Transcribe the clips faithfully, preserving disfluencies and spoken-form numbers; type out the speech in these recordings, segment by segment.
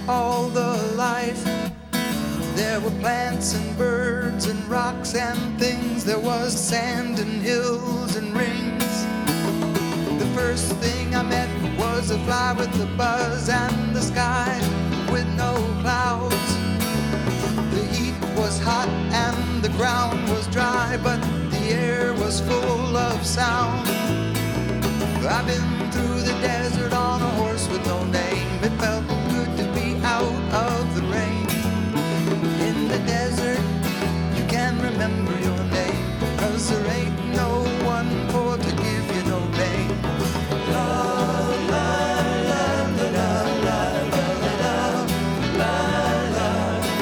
all the life. There were plants and birds and rocks and things. There was sand and hills and rings. The first thing I met was a fly with a buzz and the sky with no clouds. The heat was hot and the ground was dry, but the air was full of sound. I've been through the desert on a horse with no name. It felt good to be out of the rain. In the desert, you can remember your name, 'cause there ain't no one for to give you no name. La la la la la la la la la la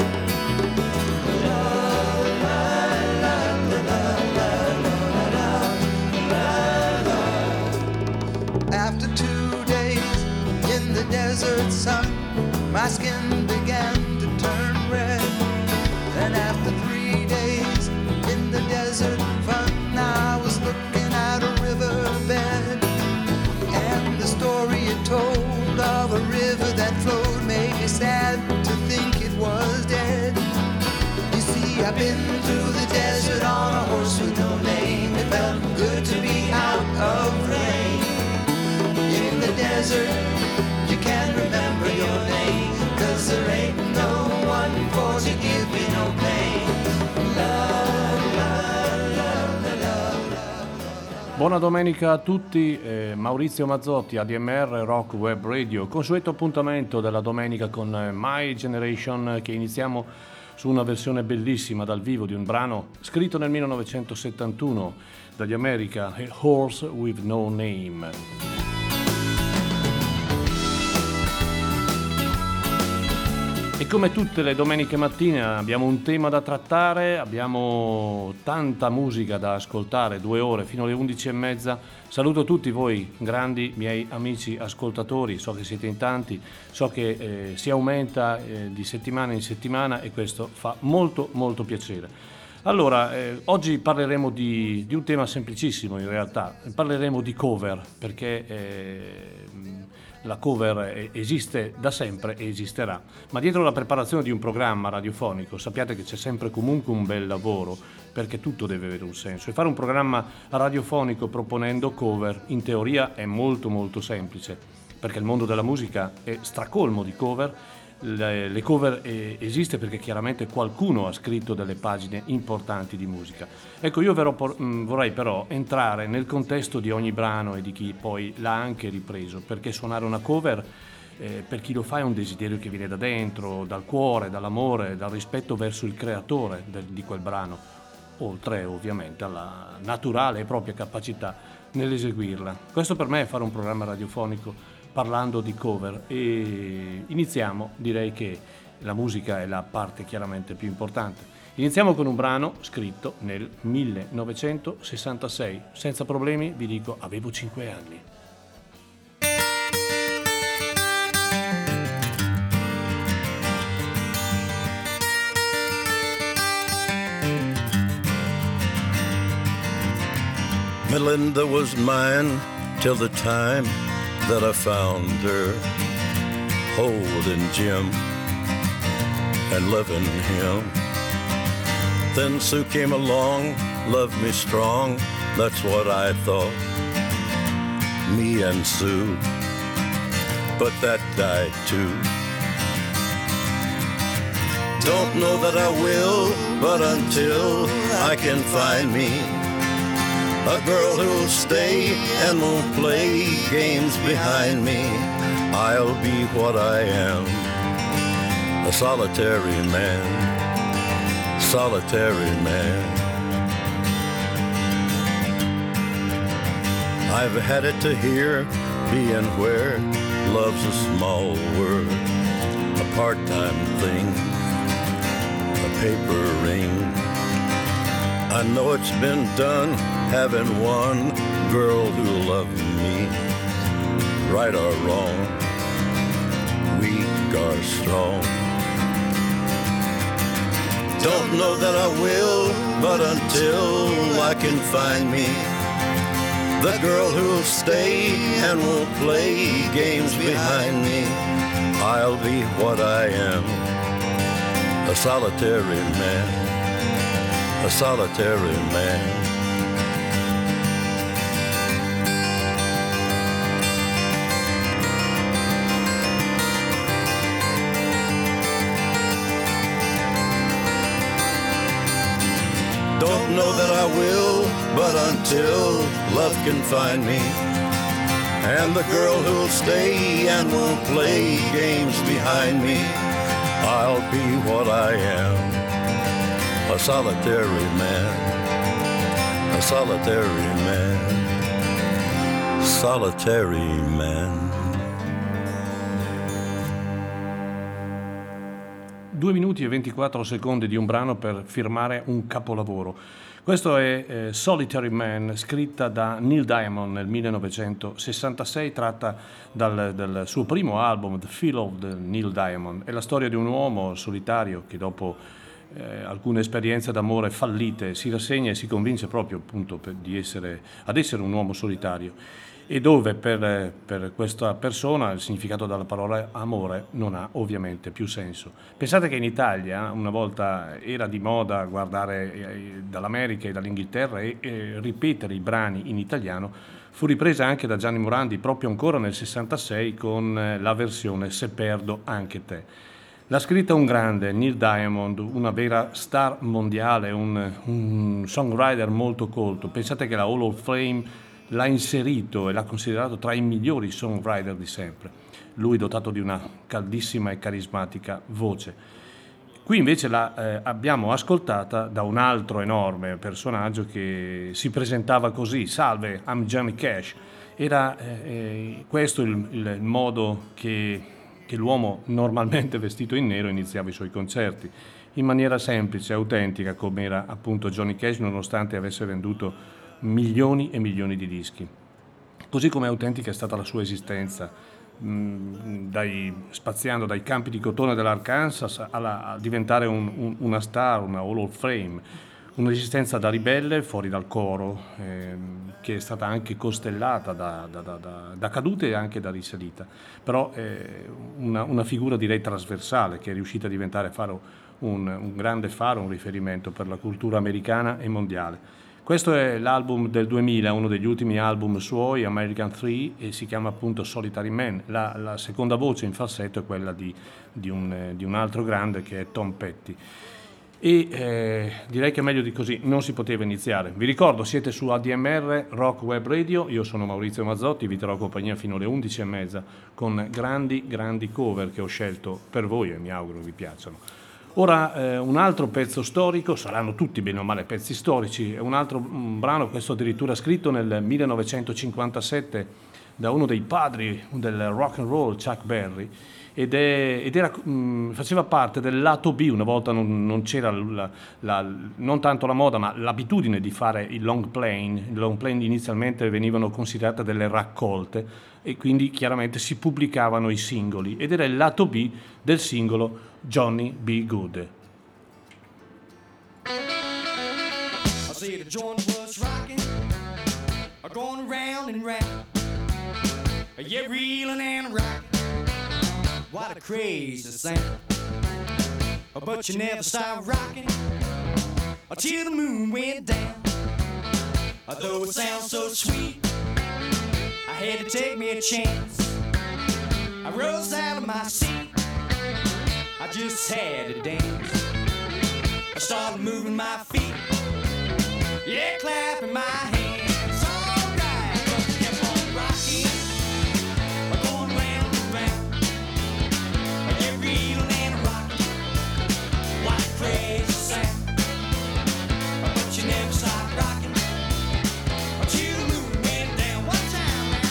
la. After two days in the desert sun, my skin began to turn red. And after three days in the desert fun, I was looking at a riverbed. And the story it told of a river that flowed made me sad to think it was dead. You see, I've been through the desert on a horse with no name. It felt good to be out of rain. In the desert, you can't remember your name, 'cause there ain't no one for to give me no pain. La, la, la, la, la, la. Buona domenica a tutti, eh, Maurizio Mazzotti, A D M R Rock Web Radio, consueto appuntamento della domenica con My Generation, che iniziamo su una versione bellissima dal vivo di un brano scritto nel millenovecentosettantuno dagli America, A Horse with No Name. E come tutte le domeniche mattine abbiamo un tema da trattare, abbiamo tanta musica da ascoltare, due ore fino alle undici e mezza. Saluto tutti voi grandi miei amici ascoltatori, so che siete in tanti, so che eh, si aumenta eh, di settimana in settimana e questo fa molto molto piacere. Allora, eh, oggi parleremo di, di un tema semplicissimo in realtà, parleremo di cover, perché eh, la cover esiste da sempre e esisterà, ma dietro la preparazione di un programma radiofonico sappiate che c'è sempre comunque un bel lavoro, perché tutto deve avere un senso, e fare un programma radiofonico proponendo cover in teoria è molto molto semplice, perché il mondo della musica è stracolmo di cover. Le, le cover eh, esiste perché chiaramente qualcuno ha scritto delle pagine importanti di musica. Ecco, io però, mh, vorrei però entrare nel contesto di ogni brano e di chi poi l'ha anche ripreso, perché suonare una cover eh, per chi lo fa è un desiderio che viene da dentro, dal cuore, dall'amore, dal rispetto verso il creatore del, di quel brano, oltre ovviamente alla naturale e propria capacità nell'eseguirla. Questo per me è fare un programma radiofonico parlando di cover, e iniziamo, direi che la musica è la parte chiaramente più importante. Iniziamo con un brano scritto nel millenovecentosessantasei, senza problemi vi dico avevo cinque anni. Melinda was mine till the time that I found her holding Jim and loving him. Then Sue came along, loved me strong, that's what I thought, me and Sue, but that died too. Don't know that I will, but until I can find me a girl who'll stay and won't play games behind me, I'll be what I am, a solitary man, solitary man. I've had it to hear, being where love's a small word, a part-time thing, a paper ring. I know it's been done, having one girl who loved me, right or wrong, weak or strong. Don't know that I will, but until I can find me the girl who'll stay and won't play games behind me, I'll be what I am, a solitary man, a solitary man. Don't know that I will, but until love can find me, and the girl who'll stay and won't play games behind me, I'll be what I am, a solitary man, a solitary man, solitary man. due minuti e ventiquattro secondi di un brano per firmare un capolavoro. Questo è eh, Solitary Man, scritta da Neil Diamond nel millenovecentosessantasei, tratta dal, dal suo primo album, The Feel of the Neil Diamond. È la storia di un uomo solitario che dopo eh, alcune esperienze d'amore fallite si rassegna e si convince proprio appunto per, di essere, ad essere un uomo solitario, e dove per, per questa persona il significato della parola amore non ha ovviamente più senso. Pensate che in Italia una volta era di moda guardare dall'America e dall'Inghilterra e, e ripetere i brani in italiano. Fu ripresa anche da Gianni Morandi proprio ancora nel sessantasei con la versione Se perdo anche te. L'ha scritta un grande, Neil Diamond, una vera star mondiale, un, un songwriter molto colto. Pensate che la Hall of Fame l'ha inserito e l'ha considerato tra i migliori songwriter di sempre. Lui dotato di una caldissima e carismatica voce. Qui invece la eh, abbiamo ascoltata da un altro enorme personaggio che si presentava così: salve, I'm Johnny Cash. Era eh, questo il, il modo che, che l'uomo normalmente vestito in nero iniziava i suoi concerti, in maniera semplice, autentica, come era appunto Johnny Cash, nonostante avesse venduto milioni e milioni di dischi. Così come autentica è stata la sua esistenza, mh, dai, spaziando dai campi di cotone dell'Arkansas alla, a diventare un, un, una star, una Hall of Fame, un'esistenza da ribelle fuori dal coro, ehm, che è stata anche costellata da, da, da, da, da cadute e anche da risalita, però eh, una, una figura direi trasversale che è riuscita a diventare faro, un, un grande faro, un riferimento per la cultura americana e mondiale. Questo è l'album del duemila, uno degli ultimi album suoi, American tre, e si chiama appunto Solitary Man. La, la seconda voce in falsetto è quella di, di, un, di un altro grande che è Tom Petty. E eh, direi che meglio di così non si poteva iniziare. Vi ricordo, siete su A D M R Rock Web Radio, io sono Maurizio Mazzotti, vi terrò compagnia fino alle undici e mezza con grandi, grandi cover che ho scelto per voi e mi auguro vi piacciono. Ora eh, un altro pezzo storico, saranno tutti bene o male pezzi storici, è un altro un brano, questo addirittura scritto nel millenovecentocinquantasette da uno dei padri del rock and roll, Chuck Berry, ed, è, ed era, mh, faceva parte del lato B. Una volta non, non c'era la, la, non tanto la moda ma l'abitudine di fare il long plane. I long plane inizialmente venivano considerate delle raccolte e quindi chiaramente si pubblicavano i singoli, ed era il lato B del singolo Johnny B. Good. I see the joint was rocking, going round and round, yeah, reeling and rocking, what a crazy sound. But you never stopped rocking until the moon went down. Though it sounds so sweet, I had to take me a chance. I rose out of my seat, I just had to dance. I started moving my feet, yeah, clapping my hands. All right, but we kept on rocking, going round and round, yeah, reeling and rocking, what a crazy sound. But you never stopped rocking until the moon went down. One time now.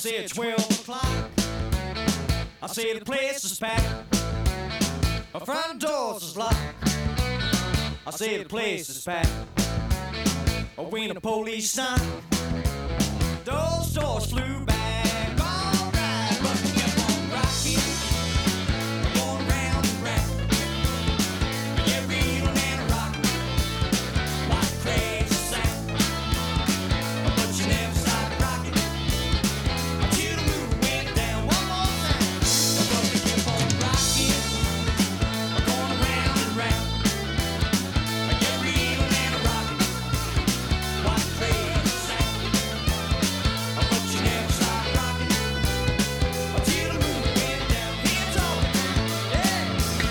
said twelve o'clock. I said the place is packed. The front doors is locked. I said the place is packed. When the police signed, those doors flew back. All right, but we kept on rocking, going round and round. Yeah, reeling and rocking, like a crazy sound. But you never stopped rocking until the moon went down. One more time, but we kept on rocking, going round and round. Yeah, reeling and rocking, like a crazy sound. But you never stopped rocking until the moon went down. Hands on, yeah.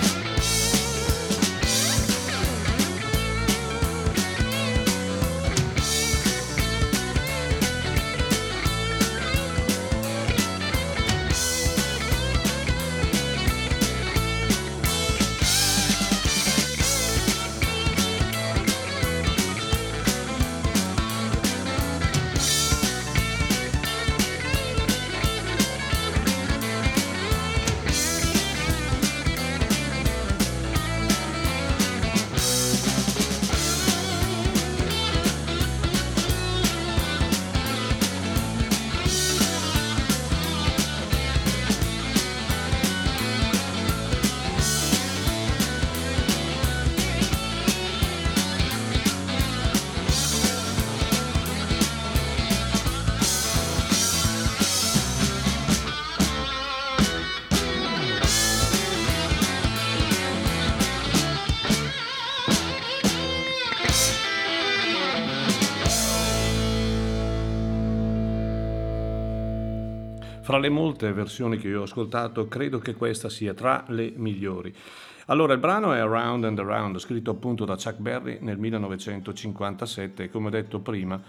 Fra le molte versioni che io ho ascoltato, credo che questa sia tra le migliori. Allora, il brano è Around and Around, scritto appunto da Chuck Berry nel millenovecentocinquantasette e, come ho detto prima,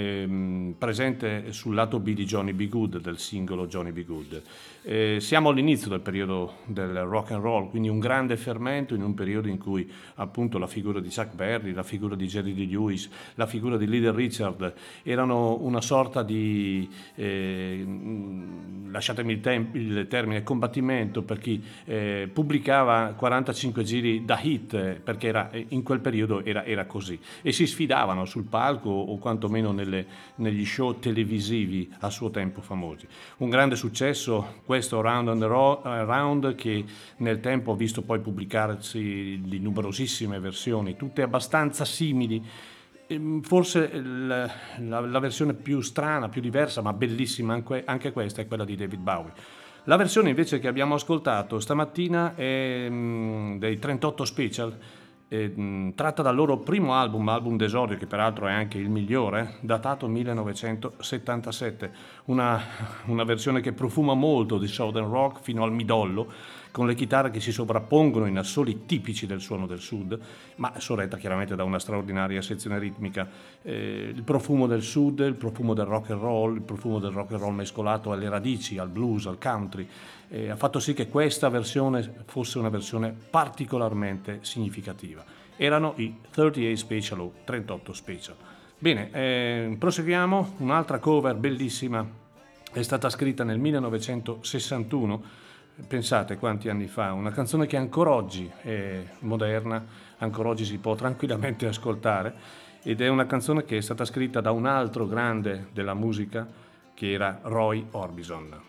ehm, presente sul lato B di Johnny B. Good, del singolo Johnny B. Good. Eh, siamo all'inizio del periodo del rock and roll, quindi un grande fermento in un periodo in cui appunto la figura di Chuck Berry, la figura di Jerry Lee Lewis, la figura di Little Richard erano una sorta di, eh, lasciatemi il, tem- il termine, combattimento per chi eh, pubblicava quarantacinque giri da hit, perché era, in quel periodo era, era così, e si sfidavano sul palco o quantomeno nelle, negli show televisivi a suo tempo famosi. Un grande successo questo Round and Round, che nel tempo ho visto poi pubblicarsi di numerosissime versioni, tutte abbastanza simili. Forse la, la, la versione più strana, più diversa, ma bellissima anche, anche questa, è quella di David Bowie. La versione invece che abbiamo ascoltato stamattina è mh, dei trentotto Special, eh, mh, tratta dal loro primo album, album d'esordio, che peraltro è anche il migliore, datato millenovecentosettantasette, una, una versione che profuma molto di Southern Rock fino al midollo, con le chitarre che si sovrappongono in assoli tipici del suono del sud, ma sorretta chiaramente da una straordinaria sezione ritmica. Eh, il profumo del sud, il profumo del rock and roll, il profumo del rock and roll mescolato alle radici, al blues, al country, eh, ha fatto sì che questa versione fosse una versione particolarmente significativa. Erano i trentotto Special o trentotto Special. Bene, eh, proseguiamo. Un'altra cover bellissima è stata scritta nel millenovecentosessantuno. Pensate quanti anni fa, una canzone che ancora oggi è moderna, ancora oggi si può tranquillamente ascoltare, ed è una canzone che è stata scritta da un altro grande della musica, che era Roy Orbison.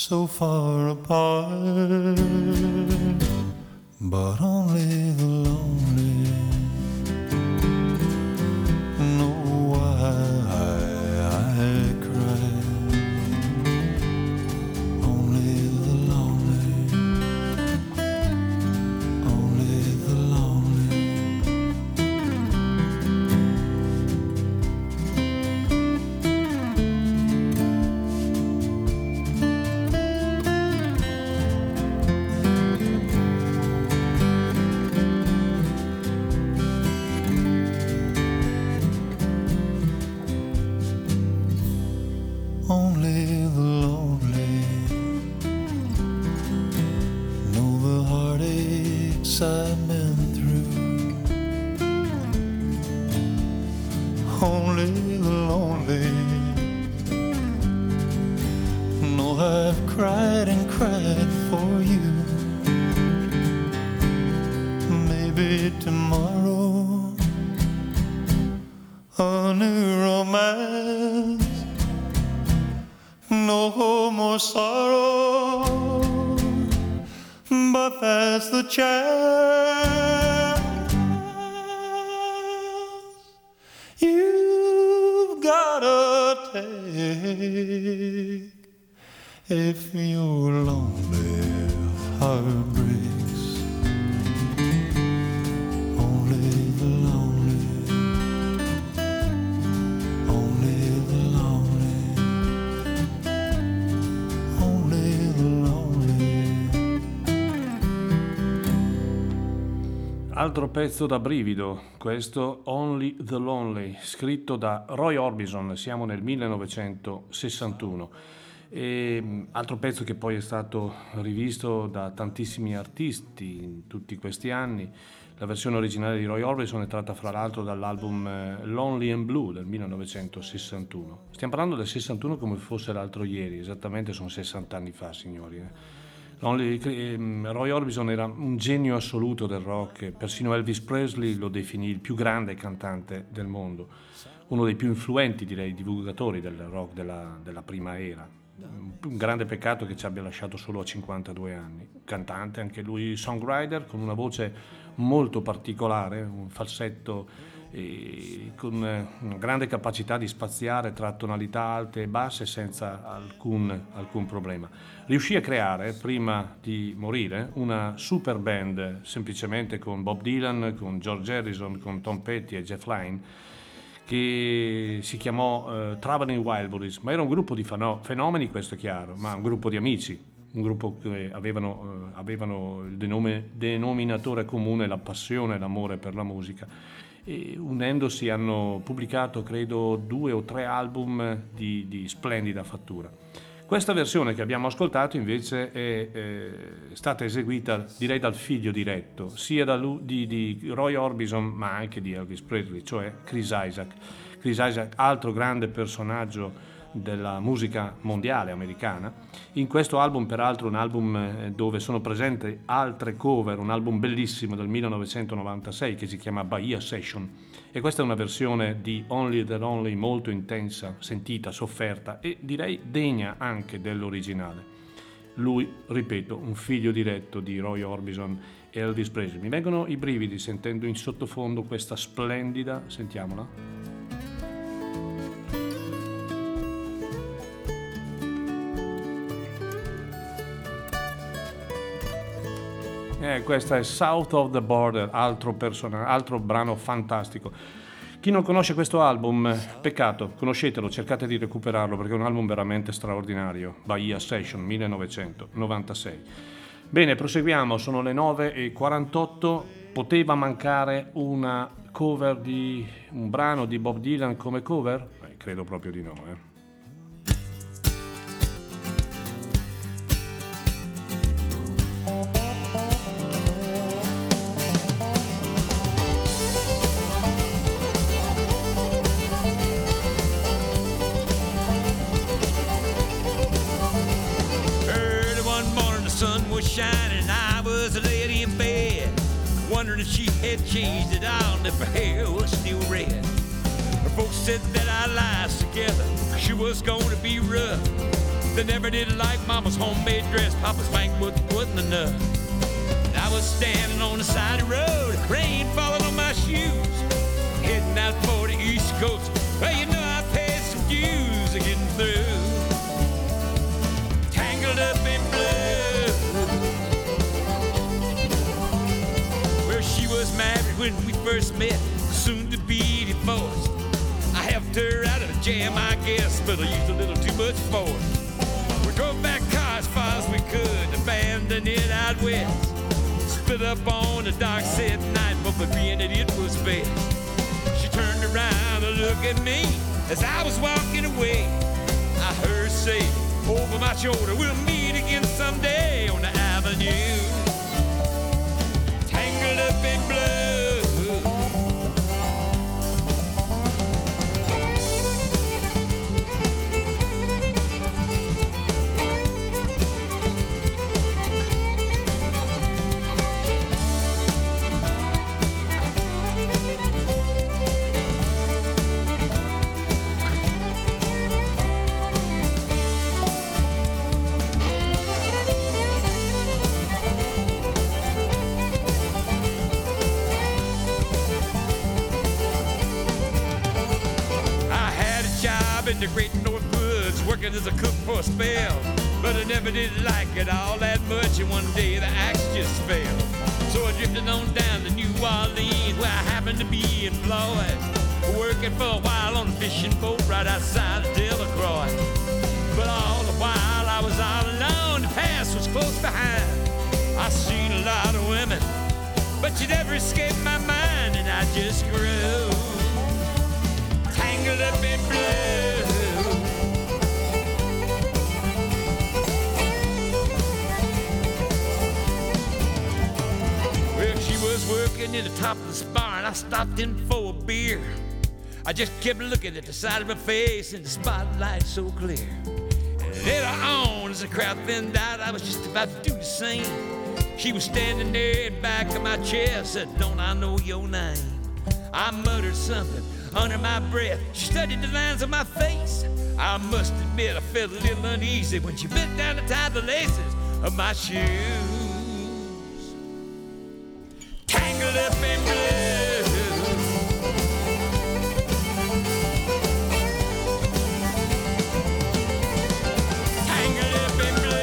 so far apart, but only the lonely know why I cry. Only the lonely, only the lonely. Only the lonely know the heartaches I've been through. Only the lonely know I've cried and cried for you. Maybe tomorrow a new romance, no more sorrow, but that's the chance you've gotta take if your lonely heart breaks. Only the lonely, only the lonely. Only the lonely. Altro pezzo da brivido, questo Only the Lonely, scritto da Roy Orbison, siamo nel millenovecentosessantuno. E altro pezzo che poi è stato rivisto da tantissimi artisti in tutti questi anni. La versione originale di Roy Orbison è tratta fra l'altro dall'album Lonely and Blue del millenovecentosessantuno. Stiamo parlando del sessantuno come fosse l'altro ieri, esattamente sono sessanta anni fa, signori. Lonely, Roy Orbison era un genio assoluto del rock, persino Elvis Presley lo definì il più grande cantante del mondo, uno dei più influenti, direi, divulgatori del rock della, della prima era. Un grande peccato che ci abbia lasciato solo a cinquantadue anni. Cantante, anche lui songwriter, con una voce molto particolare, un falsetto e con una grande capacità di spaziare tra tonalità alte e basse senza alcun, alcun problema. Riuscì a creare, prima di morire, una super band semplicemente con Bob Dylan, con George Harrison, con Tom Petty e Jeff Lynne, che si chiamò uh, Traveling Wilburys, ma era un gruppo di fano- fenomeni, questo è chiaro, ma un gruppo di amici, un gruppo che avevano, uh, avevano il denome- denominatore comune la passione e l'amore per la musica, e unendosi hanno pubblicato credo due o tre album di, di splendida fattura. Questa versione che abbiamo ascoltato invece è, è stata eseguita, direi, dal figlio diretto, sia da lui, di, di Roy Orbison ma anche di Elvis Presley, cioè Chris Isaak. Chris Isaak, altro grande personaggio della musica mondiale americana. In questo album, peraltro, un album dove sono presenti altre cover, un album bellissimo del millenovecentonovantasei che si chiama Bahia Session, e questa è una versione di Only the Lonely molto intensa, sentita, sofferta e direi degna anche dell'originale. Lui, ripeto, un figlio diretto di Roy Orbison e Elvis Presley. Mi vengono i brividi sentendo in sottofondo questa splendida, sentiamola. Eh, questa è South of the Border, altro, person- altro brano fantastico. Chi non conosce questo album, peccato, conoscetelo, cercate di recuperarlo perché è un album veramente straordinario. Bahia Session millenovecentonovantasei. Bene, proseguiamo, sono le nove e quarantotto. Poteva mancare una cover di un brano di Bob Dylan come cover? Eh, credo proprio di no, eh. Shining, I was a lady in bed, wondering if she had changed it all, if her hair was still red. Her folks said that our lives together, she was gonna be rough. They never did like Mama's homemade dress. Papa's bank wasn't, wasn't enough. And I was standing on the side of the road, rain falling on my shoes, heading out for the East Coast. Well, you know I paid some dues to getting through. Tangled up in blue. Well, she was married when we first met, soon to be divorced. I helped her out of the jam, I guess, but I used a little too much force. We drove back car as far as we could, abandoned it out west. Split up on the dark set night, but for being it, it was best. She turned around to look at me as I was walking away. I heard her say over my shoulder, we'll meet again someday on the avenue. Tangled up in blue. In the great North Woods, working as a cook for a spell, but I never did like it all that much, and one day the axe just fell. So I drifted on down to New Orleans, where I happened to be employed, working for a while on a fishing boat right outside of Delacroix. But all the while I was all alone, the past was close behind. I seen a lot of women, but you never escaped my mind, and I just grew tangled up in blue. Well, she was working in the top of the barn. I stopped in for a beer. I just kept looking at the side of her face in the spotlight so clear. And later on, as the crowd thinned out, I was just about to do the same. She was standing there in back of my chair, said, "Don't I know your name?" I muttered something under my breath. She studied the lines on my face. I must admit I felt a little uneasy when she bent down to tie the laces of my shoes. Tangled up in blue. Tangled up in blue.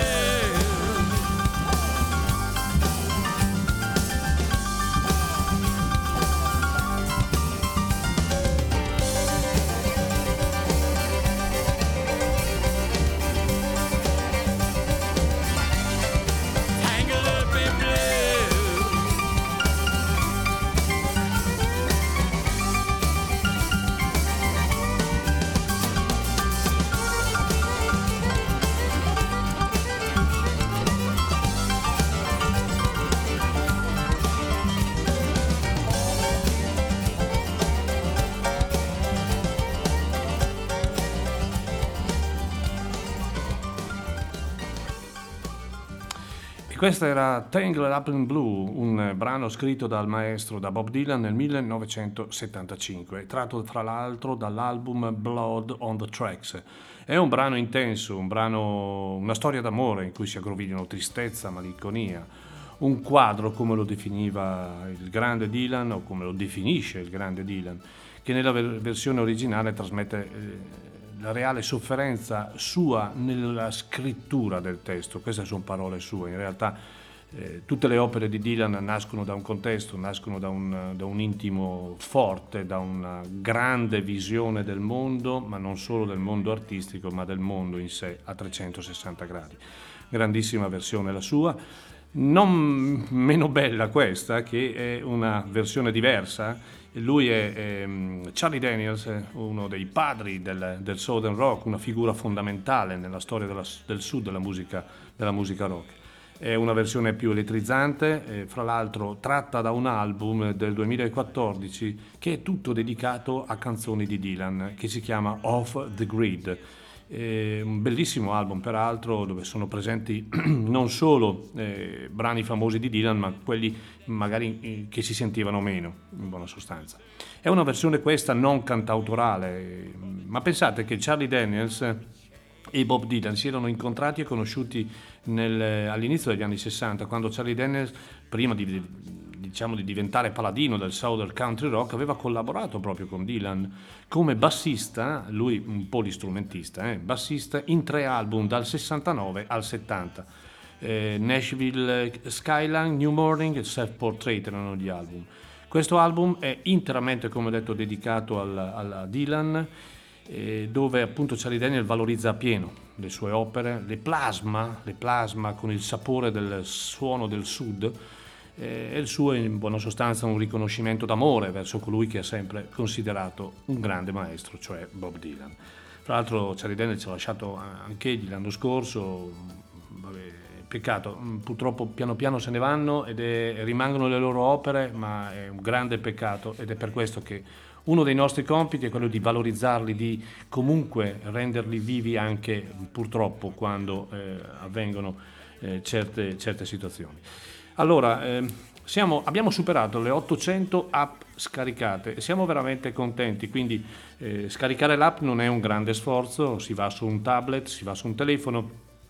Questa era Tangled Up in Blue, un brano scritto dal maestro, da Bob Dylan, nel millenovecentosettantacinque, tratto fra l'altro dall'album Blood on the Tracks. È un brano intenso, un brano, una storia d'amore in cui si aggrovigliano tristezza, malinconia, un quadro come lo definiva il grande Dylan, o come lo definisce il grande Dylan, che nella versione originale trasmette eh, la reale sofferenza sua nella scrittura del testo. Queste sono parole sue. In realtà eh, tutte le opere di Dylan nascono da un contesto, nascono da un, da un intimo forte, da una grande visione del mondo, ma non solo del mondo artistico, ma del mondo in sé a trecentosessanta gradi. Grandissima versione la sua, non meno bella questa, che è una versione diversa. Lui è, è Charlie Daniels, uno dei padri del, del Southern Rock, una figura fondamentale nella storia della, del sud della musica, della musica rock. È una versione più elettrizzante, eh, fra l'altro tratta da un album del duemilaquattordici che è tutto dedicato a canzoni di Dylan, che si chiama Off the Grid. È un bellissimo album peraltro, dove sono presenti non solo eh, brani famosi di Dylan, ma quelli magari che si sentivano meno, in buona sostanza. È una versione questa non cantautorale, ma pensate che Charlie Daniels e Bob Dylan si erano incontrati e conosciuti nel, all'inizio degli anni sessanta, quando Charlie Daniels, prima di, diciamo, di diventare paladino del Southern Country Rock, aveva collaborato proprio con Dylan come bassista, lui un polistrumentista, eh, bassista in tre album dal sessantanove al settanta. Eh, Nashville Skyline, New Morning e Self Portrait erano gli album. Questo album è interamente, come detto, dedicato alla, alla Dylan, eh, dove appunto Charlie Daniels valorizza appieno le sue opere, le plasma, le plasma con il sapore del suono del sud, eh, e il suo in buona sostanza un riconoscimento d'amore verso colui che ha sempre considerato un grande maestro, cioè Bob Dylan. Tra l'altro Charlie Daniels ci ha lasciato anche egli l'anno scorso, vabbè, peccato, purtroppo piano piano se ne vanno ed è, rimangono le loro opere, ma è un grande peccato, ed è per questo che uno dei nostri compiti è quello di valorizzarli, di comunque renderli vivi anche purtroppo quando eh, avvengono eh, certe, certe situazioni. Allora, eh, siamo, abbiamo superato le ottocento app scaricate e siamo veramente contenti, quindi eh, scaricare l'app non è un grande sforzo, si va su un tablet, si va su un telefono,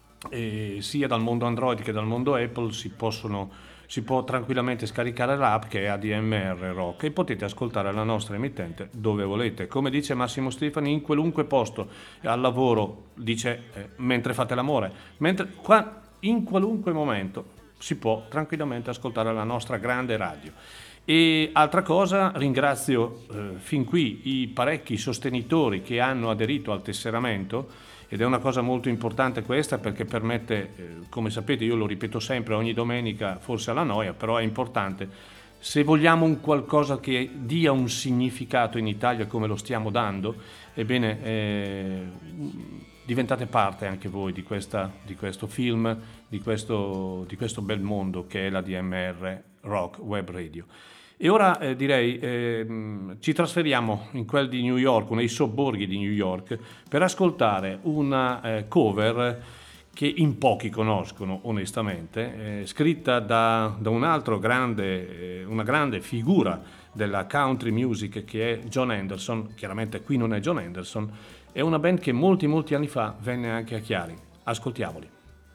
e sia dal mondo Android che dal mondo Apple si possono si può tranquillamente scaricare l'app che è A D M R Rock e potete ascoltare la nostra emittente dove volete, come dice Massimo Stefani, in qualunque posto, al lavoro, dice eh, mentre fate l'amore, mentre qua, in qualunque momento si può tranquillamente ascoltare la nostra grande radio. E altra cosa, ringrazio eh, fin qui i parecchi sostenitori che hanno aderito al tesseramento, ed è una cosa molto importante questa, perché permette, eh, come sapete, io lo ripeto sempre ogni domenica, forse alla noia, però è importante, se vogliamo un qualcosa che dia un significato in Italia come lo stiamo dando, ebbene eh, diventate parte anche voi di, questa, di questo film, di questo, di questo bel mondo che è la A D M R Rock Web Radio. E ora eh, direi eh, ci trasferiamo in quel di New York, nei sobborghi di New York, per ascoltare una eh, cover che in pochi conoscono onestamente, eh, scritta da, da un altro grande, eh, una grande figura della country music che è John Anderson. Chiaramente qui non è John Anderson, è una band che molti molti anni fa venne anche a Chiari. Ascoltiamoli.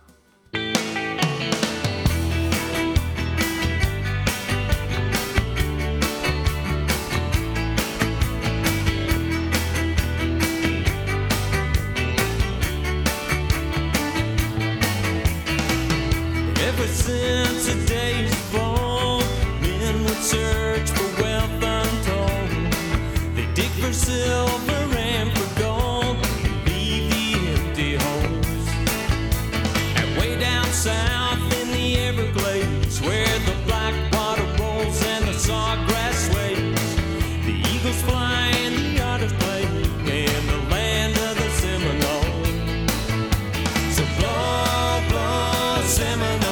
Since the days of old, men would search for wealth untold. They dig for silver and for gold, leave the empty holes. And way down south in the Everglades, where the black water rolls and the sawgrass sways, the eagles fly and the otters play in the land of the Seminole. So blow, blow, Seminole.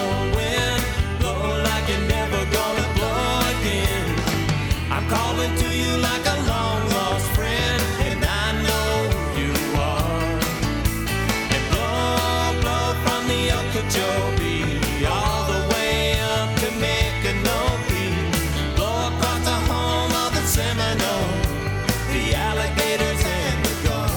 Calling to you like a long lost friend, and I know you are. And blow, blow from the Okeechobee all the way up to Micanopy. Blow across the home of the Seminole, the alligators and the guard.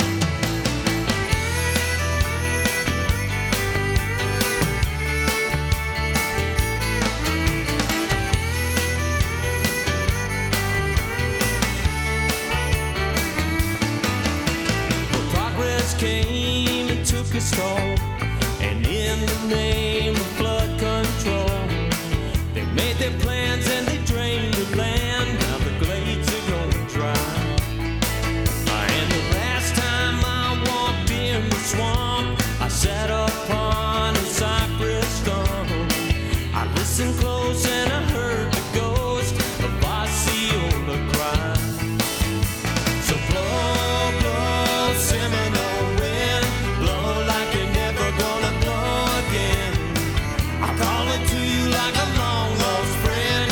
Came and took its toll, and in the name of flood control, they made their plans and they drained the land. Now the glades are going dry. And the last time I walked in the swamp, I sat upon a cypress stump. I listened close and I heard the ghost of Osceola cry. So blow, blow, Seminole. To you like a long lost friend.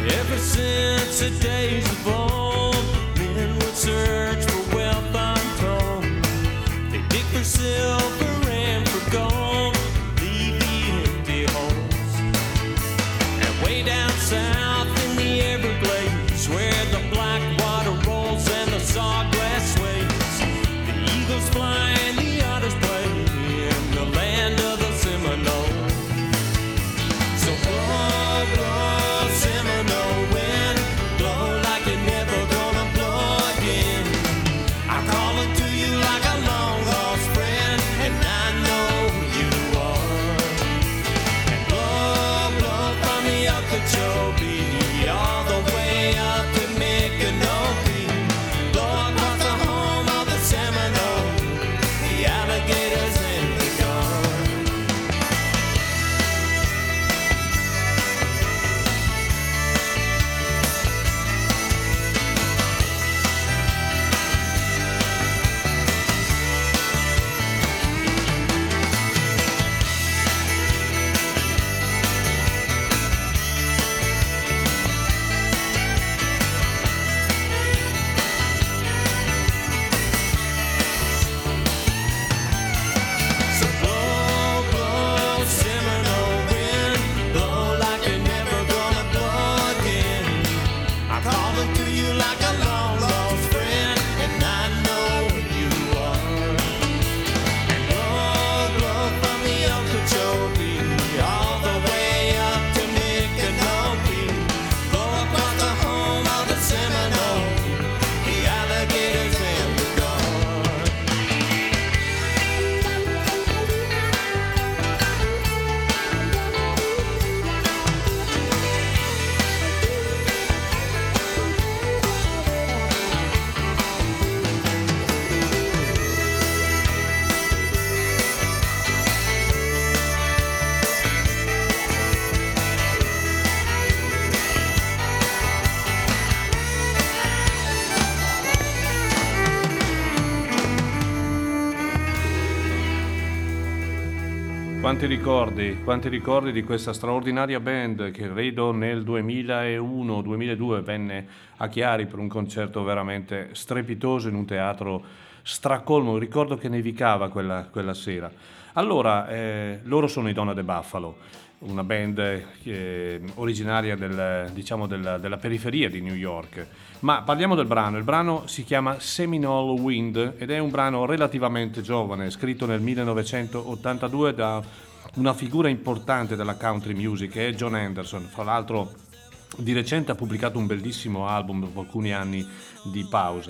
Ever since the days of old, men would search for wealth untold. They dig for silver and for gold, leave the empty holes. And way down south in the Everglades, where the black water rolls and the sawgrass sways, the eagles fly and the otters play in the land of the Seminole. So blow, blow, Seminole wind, blow like you're never gonna blow again. I'm calling to you like a long lost friend, and I know who you are. And blow, blow from the Okeechobee all the way up to Micanopy. Blow across the home of the Seminole, the alligators and the gone. So blow, blow, Seminole wind, blow like you're never gonna blow again. I'm calling to you like a long lost friend, and I know who you are. And blow, blow from the Okeechobee all the way up to Micanopy. Blow across the home of the Seminole, the alligators and the gone. Quanti ricordi, quanti ricordi di questa straordinaria band che credo nel duemilauno duemiladue venne a Chiari per un concerto veramente strepitoso in un teatro stracolmo. Ricordo che nevicava quella, quella sera. Allora, eh, loro sono i Donna de Buffalo, una band eh, originaria del, diciamo della, della periferia di New York. Ma parliamo del brano. Il brano si chiama Seminole Wind ed è un brano relativamente giovane, scritto nel millenovecentottantadue da una figura importante della country music, che è John Henderson. Fra l'altro di recente ha pubblicato un bellissimo album dopo alcuni anni di pausa.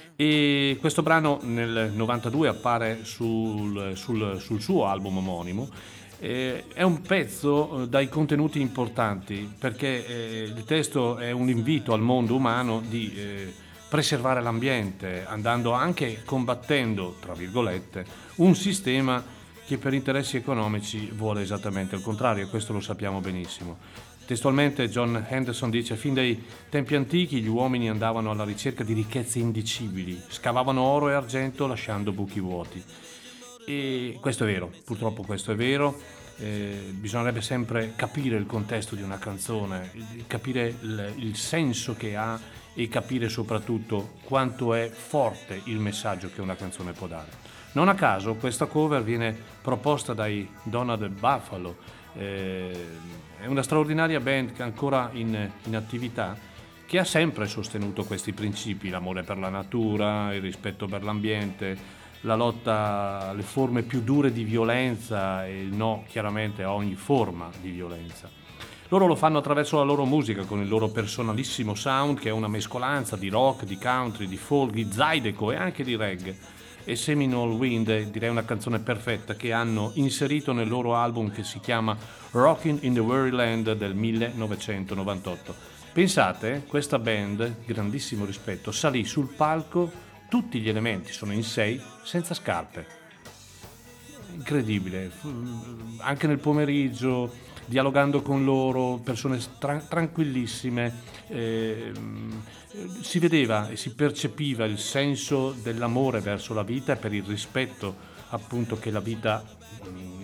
E questo brano nel novantadue appare sul, sul, sul suo album omonimo. Eh, è un pezzo eh, dai contenuti importanti, perché eh, il testo è un invito al mondo umano di eh, preservare l'ambiente, andando anche combattendo, tra virgolette, un sistema che per interessi economici vuole esattamente il contrario, e questo lo sappiamo benissimo. Testualmente John Henderson dice: fin dai tempi antichi gli uomini andavano alla ricerca di ricchezze indicibili, scavavano oro e argento lasciando buchi vuoti. E questo è vero, purtroppo questo è vero. Eh, bisognerebbe sempre capire il contesto di una canzone, capire il, il senso che ha e capire soprattutto quanto è forte il messaggio che una canzone può dare. Non a caso questa cover viene proposta dai Donna de Buffalo. Eh, è una straordinaria band che è ancora in, in attività, che ha sempre sostenuto questi principi: l'amore per la natura, il rispetto per l'ambiente, la lotta alle forme più dure di violenza e il no chiaramente a ogni forma di violenza. Loro lo fanno attraverso la loro musica, con il loro personalissimo sound, che è una mescolanza di rock, di country, di folk, di zydeco e anche di reggae. E Seminole Wind è, direi, una canzone perfetta che hanno inserito nel loro album che si chiama Rockin' in the Weary Land del millenovecentonovantotto. Pensate, questa band, grandissimo rispetto, salì sul palco, tutti gli elementi sono in sei, senza scarpe. Incredibile. Anche nel pomeriggio, dialogando con loro, persone tra- tranquillissime, eh, si vedeva e si percepiva il senso dell'amore verso la vita e per il rispetto appunto che la vita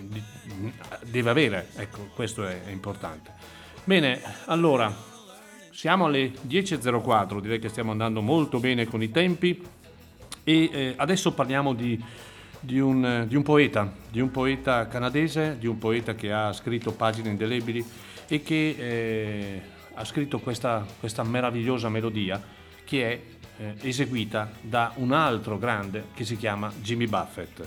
deve avere. Ecco, questo è, è importante. Bene, allora siamo alle dieci e zero quattro, direi che stiamo andando molto bene con i tempi e eh, adesso parliamo di, di, un, di un poeta, di un poeta canadese, di un poeta che ha scritto pagine indelebili e che eh, ha scritto questa, questa meravigliosa melodia che è eh, eseguita da un altro grande che si chiama Jimmy Buffett.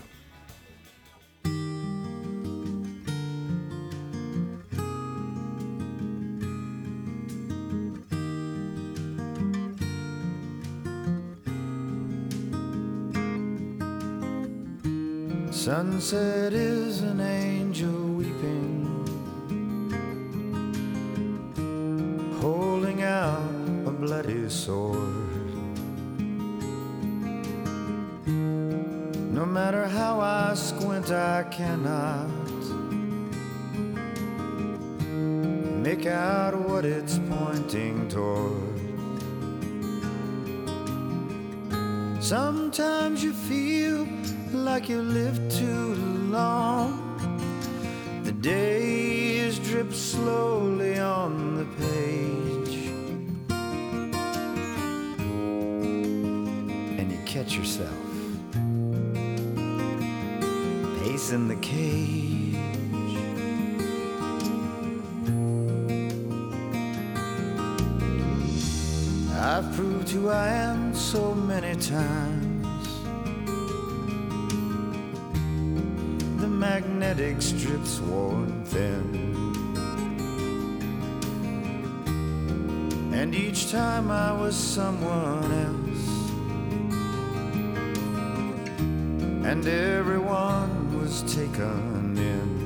Sunset is an angel weeping, holding out a bloody sword. No matter how I squint, I cannot make out what it's pointing toward. Sometimes you feel like you lived too long. The days drip slowly on the page, and you catch yourself pacing the cage. I've proved who I am so many times. The magnetic strip's worn thin, and each time I was someone else, and everyone was taken in.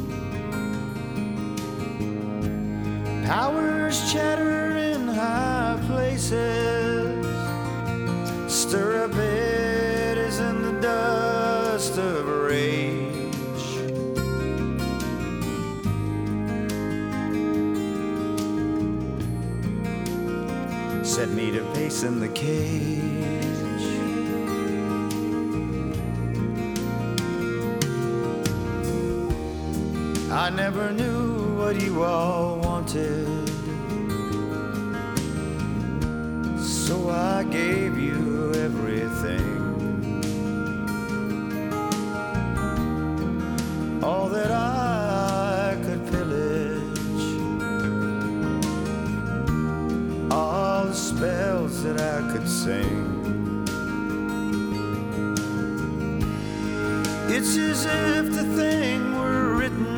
Powers chatter in high places, stir up eddies in the dust of rage. Set me to pace in the cage. I never knew what you all wanted, so I gave you everything. All that I could pillage, all the spells that I could sing. It's as if the thing were written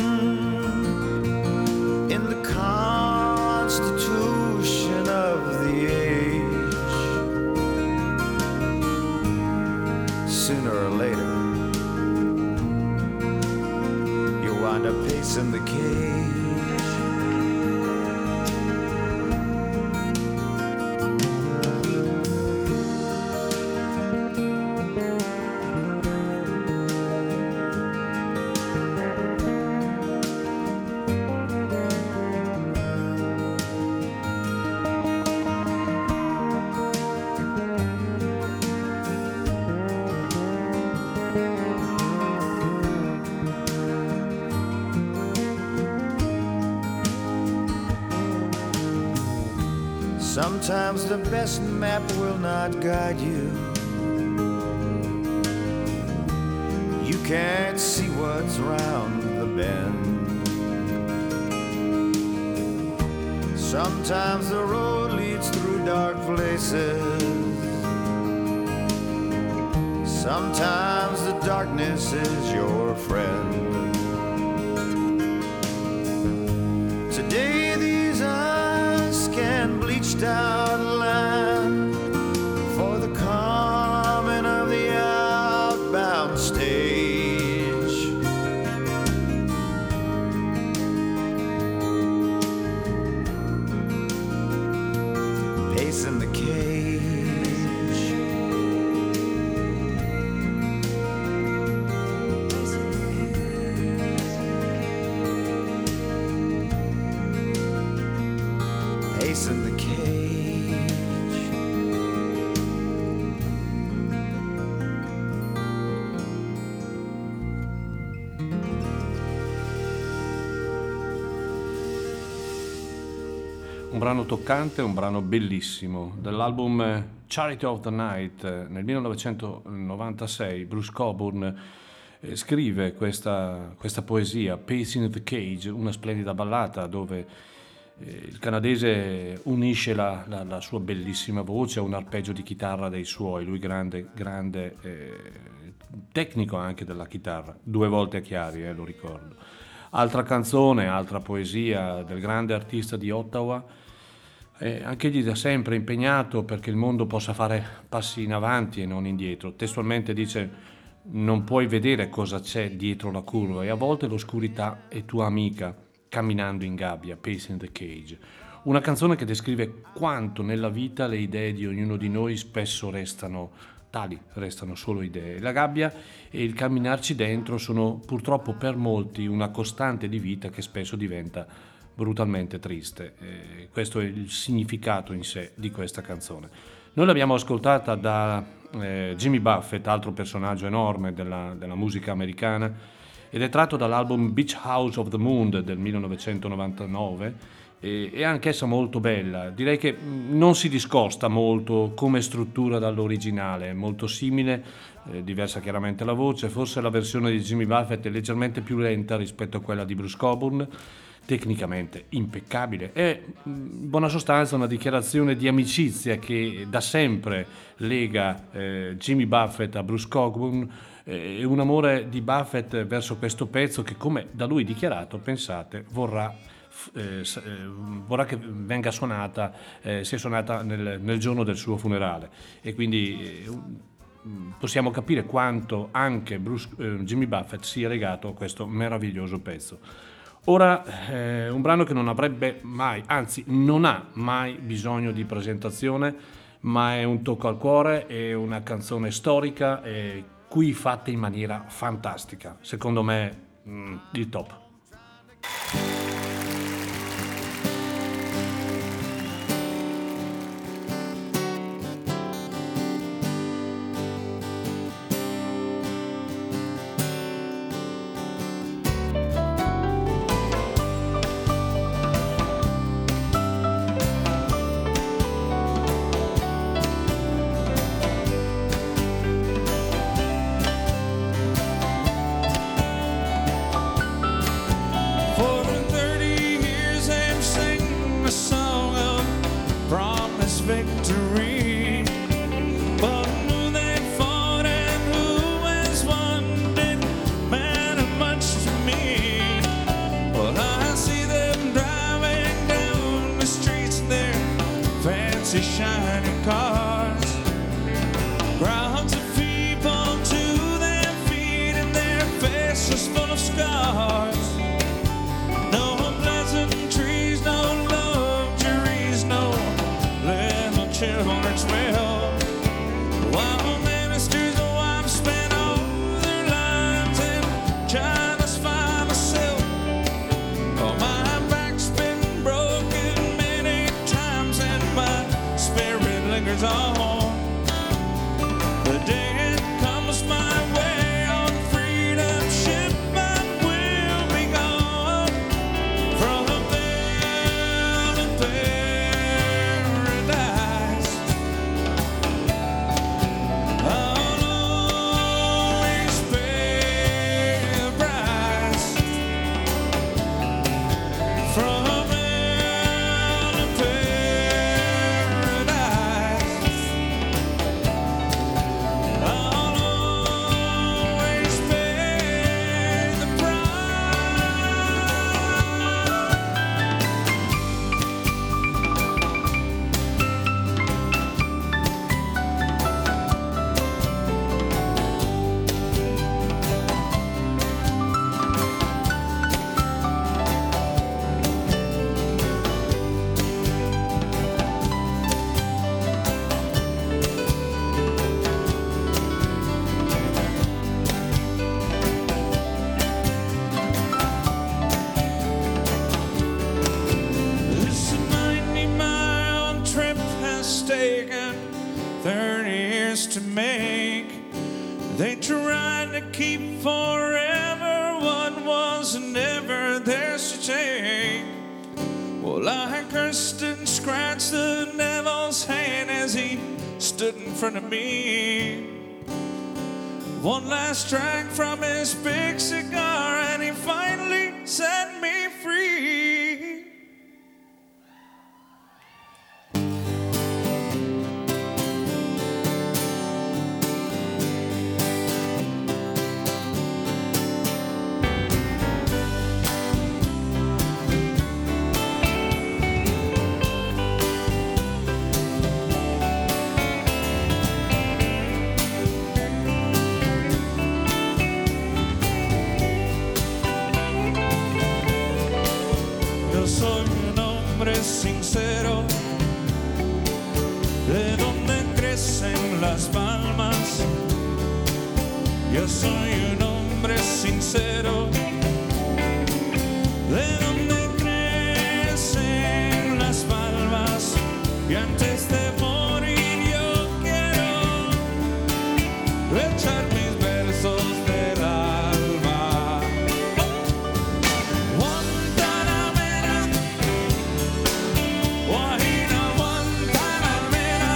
in the constitution of the age. Sooner or later, you'll wind up pacing the cage. Sometimes the best map will not guide you. You can't see what's round the bend. Sometimes the road leads through dark places. Sometimes the darkness is your friend. Today these eyes scan bleached out land for the coming of the outbound stage. Pacing the cage. Pacing the cage. Un brano toccante, un brano bellissimo. Dall'album Charity of the Night nel millenovecentonovantasei Bruce Cockburn eh, scrive questa, questa poesia, Pacing the Cage, una splendida ballata dove eh, il canadese unisce la, la, la sua bellissima voce a un arpeggio di chitarra dei suoi, lui grande, grande eh, tecnico anche della chitarra, due volte a Chiari, eh, lo ricordo. Altra canzone, altra poesia del grande artista di Ottawa, eh, anche egli da sempre impegnato perché il mondo possa fare passi in avanti e non indietro. Testualmente dice: non puoi vedere cosa c'è dietro la curva e a volte l'oscurità è tua amica camminando in gabbia, Pacing the Cage. Una canzone che descrive quanto nella vita le idee di ognuno di noi spesso restano tali, restano solo idee. La gabbia e il camminarci dentro sono purtroppo per molti una costante di vita che spesso diventa brutalmente triste. Eh, questo è il significato in sé di questa canzone. Noi l'abbiamo ascoltata da eh, Jimmy Buffett, altro personaggio enorme della, della musica americana, ed è tratto dall'album Beach House of the Moon del millenovecentonovantanove. È anch'essa molto bella, direi che non si discosta molto come struttura dall'originale, è molto simile, eh, diversa chiaramente la voce, forse la versione di Jimmy Buffett è leggermente più lenta rispetto a quella di Bruce Cockburn, tecnicamente impeccabile, è in buona sostanza una dichiarazione di amicizia che da sempre lega eh, Jimmy Buffett a Bruce Cockburn, e eh, un amore di Buffett verso questo pezzo che, come da lui dichiarato, pensate, vorrà Eh, eh, vorrà che venga suonata, eh, sia suonata nel, nel giorno del suo funerale, e quindi eh, possiamo capire quanto anche Bruce, eh, Jimmy Buffett sia legato a questo meraviglioso pezzo. Ora eh, un brano che non avrebbe mai, anzi non ha mai bisogno di presentazione, ma è un tocco al cuore, è una canzone storica e qui fatta in maniera fantastica, secondo me mh, il top. Well, I cursed and stood in front of me. One last drag from his big cigar, and he finally set me free. Soy un hombre sincero, de donde crecen las palmas. Yo soy un hombre sincero, de donde crecen las palmas. Y antes de morir yo quiero echar mis versos del alma. Guantanamera, Guajira, Guantanamera,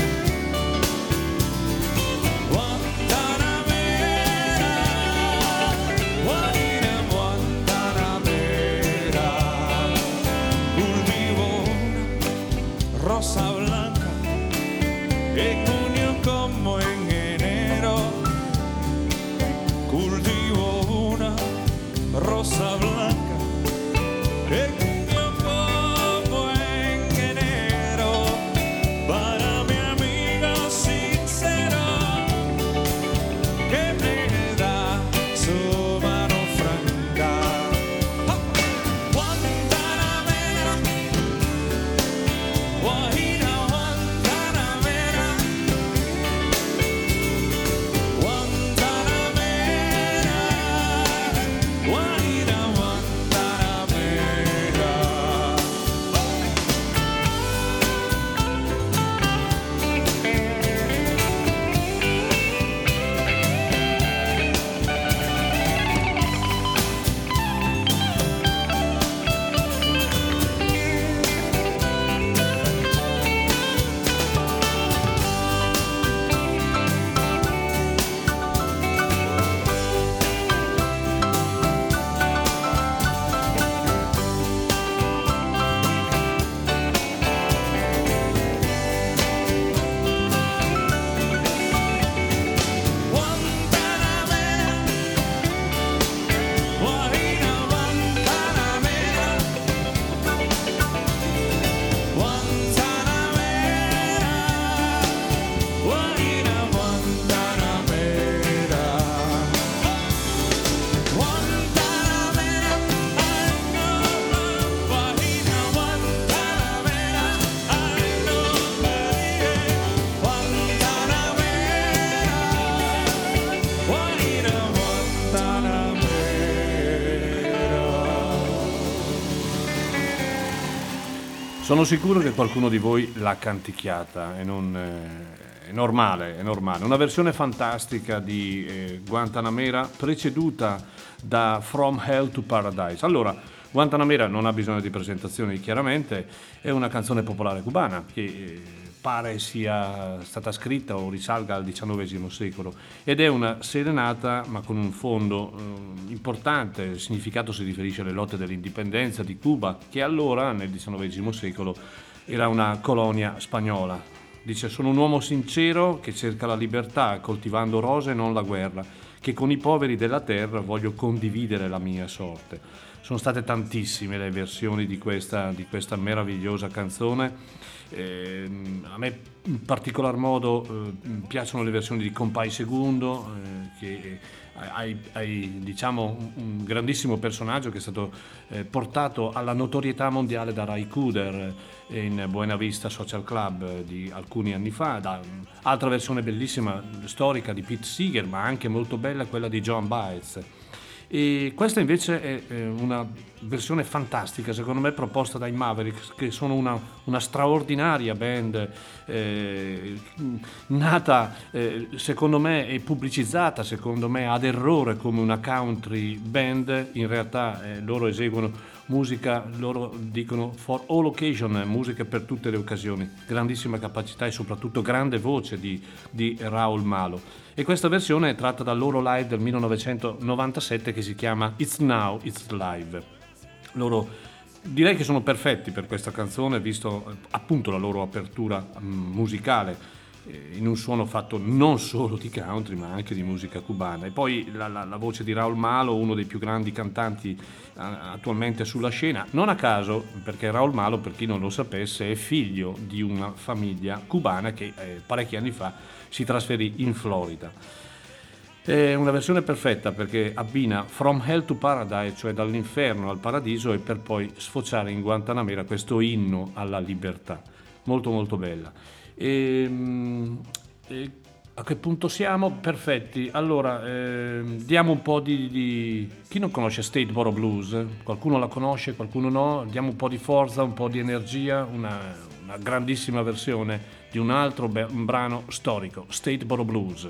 Guantanamera, Guajira, Guantanamera. Cultivo una rosa blanca en junio como en enero. Cultivo una rosa blanca en junio como en enero. Para mi amigo sincero que me da su mano franca. ¡Ja! Guantanamera, Guajira, Guantanamera, Guantanamera, Guajira, Guantanamera. Guantanamera, Guajira, Guantanamera, Guantanamera, Guajira, Guantanamera. Guantanamera, I know, Guajira, Guantanamera, I know, baby. Guantanamera, Guajira, Guantanamera. Sono sicuro che qualcuno di voi l'ha canticchiata e non, eh, è normale, è normale. Una versione fantastica di eh, Guantanamera preceduta da From Hell to Paradise. Allora, Guantanamera non ha bisogno di presentazioni, chiaramente, è una canzone popolare cubana che eh, pare sia stata scritta o risalga al diciannovesimo secolo ed è una serenata ma con un fondo eh, importante. Il significato si riferisce alle lotte dell'indipendenza di Cuba, che allora nel diciannovesimo secolo era una colonia spagnola. Dice: sono un uomo sincero che cerca la libertà coltivando rose e non la guerra, che con i poveri della terra voglio condividere la mia sorte. Sono state tantissime le versioni di questa, di questa meravigliosa canzone. Eh, a me in particolar modo eh, piacciono le versioni di Compay Segundo, eh, che hai, hai diciamo un grandissimo personaggio che è stato eh, portato alla notorietà mondiale da Ray Cooder eh, in Buena Vista Social Club eh, di alcuni anni fa. Da, altra versione bellissima storica di Pete Seeger, ma anche molto bella quella di Joan Baez. E questa invece è una versione fantastica, secondo me, proposta dai Mavericks, che sono una, una straordinaria band eh, nata eh, secondo me e pubblicizzata secondo me ad errore come una country band. In realtà eh, loro eseguono musica, loro dicono for all occasion, musica per tutte le occasioni, grandissima capacità e soprattutto grande voce di, di Raul Malo. E questa versione è tratta dal loro live del millenovecentonovantasette che si chiama It's Now, It's Live. Loro direi che sono perfetti per questa canzone, visto appunto la loro apertura musicale in un suono fatto non solo di country ma anche di musica cubana. E poi la, la, la voce di Raul Malo, uno dei più grandi cantanti uh, attualmente sulla scena, non a caso, perché Raul Malo, per chi non lo sapesse, è figlio di una famiglia cubana che eh, parecchi anni fa si trasferì in Florida. È una versione perfetta perché abbina From Hell to Paradise, cioè dall'inferno al paradiso, e per poi sfociare in Guantanamera, questo inno alla libertà, molto molto bella. E, e a che punto siamo? Perfetti. Allora eh, diamo un po' di, di chi non conosce Statesboro Blues, qualcuno la conosce, qualcuno no, diamo un po' di forza, un po' di energia, una, una grandissima versione di un altro be- un brano storico, Statesboro Blues.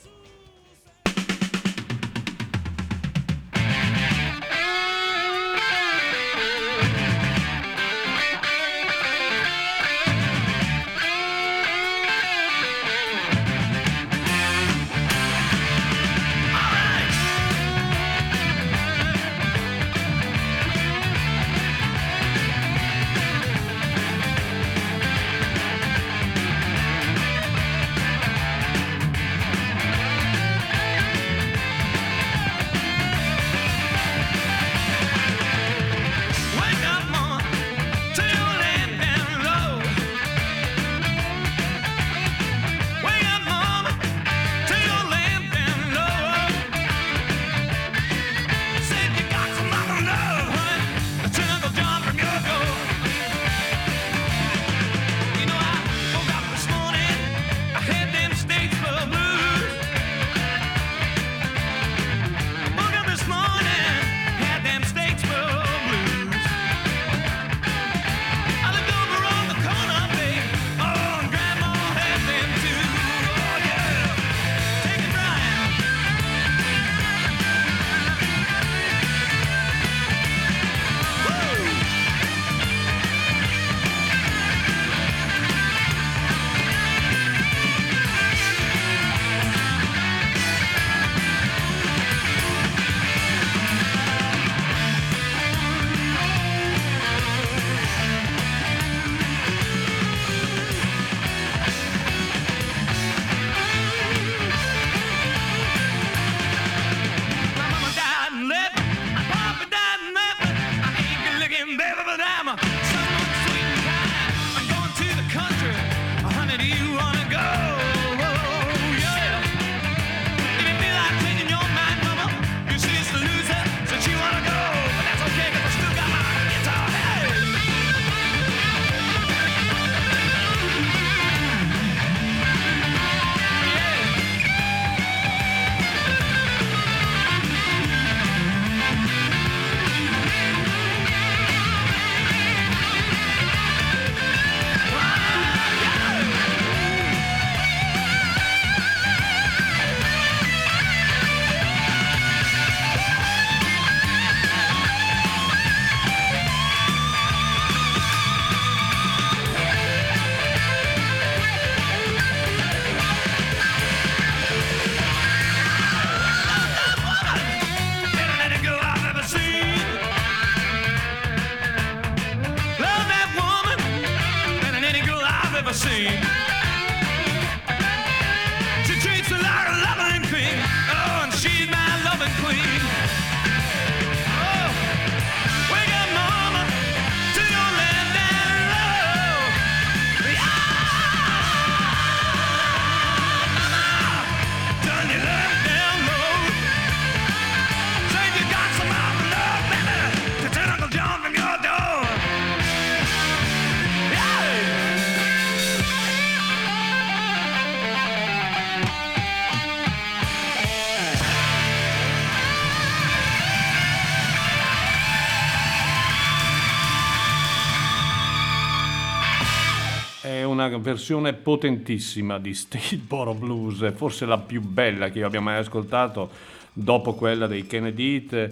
Una versione potentissima di Statesboro Blues, forse la più bella che io abbia mai ascoltato, dopo quella dei Kennedy Heat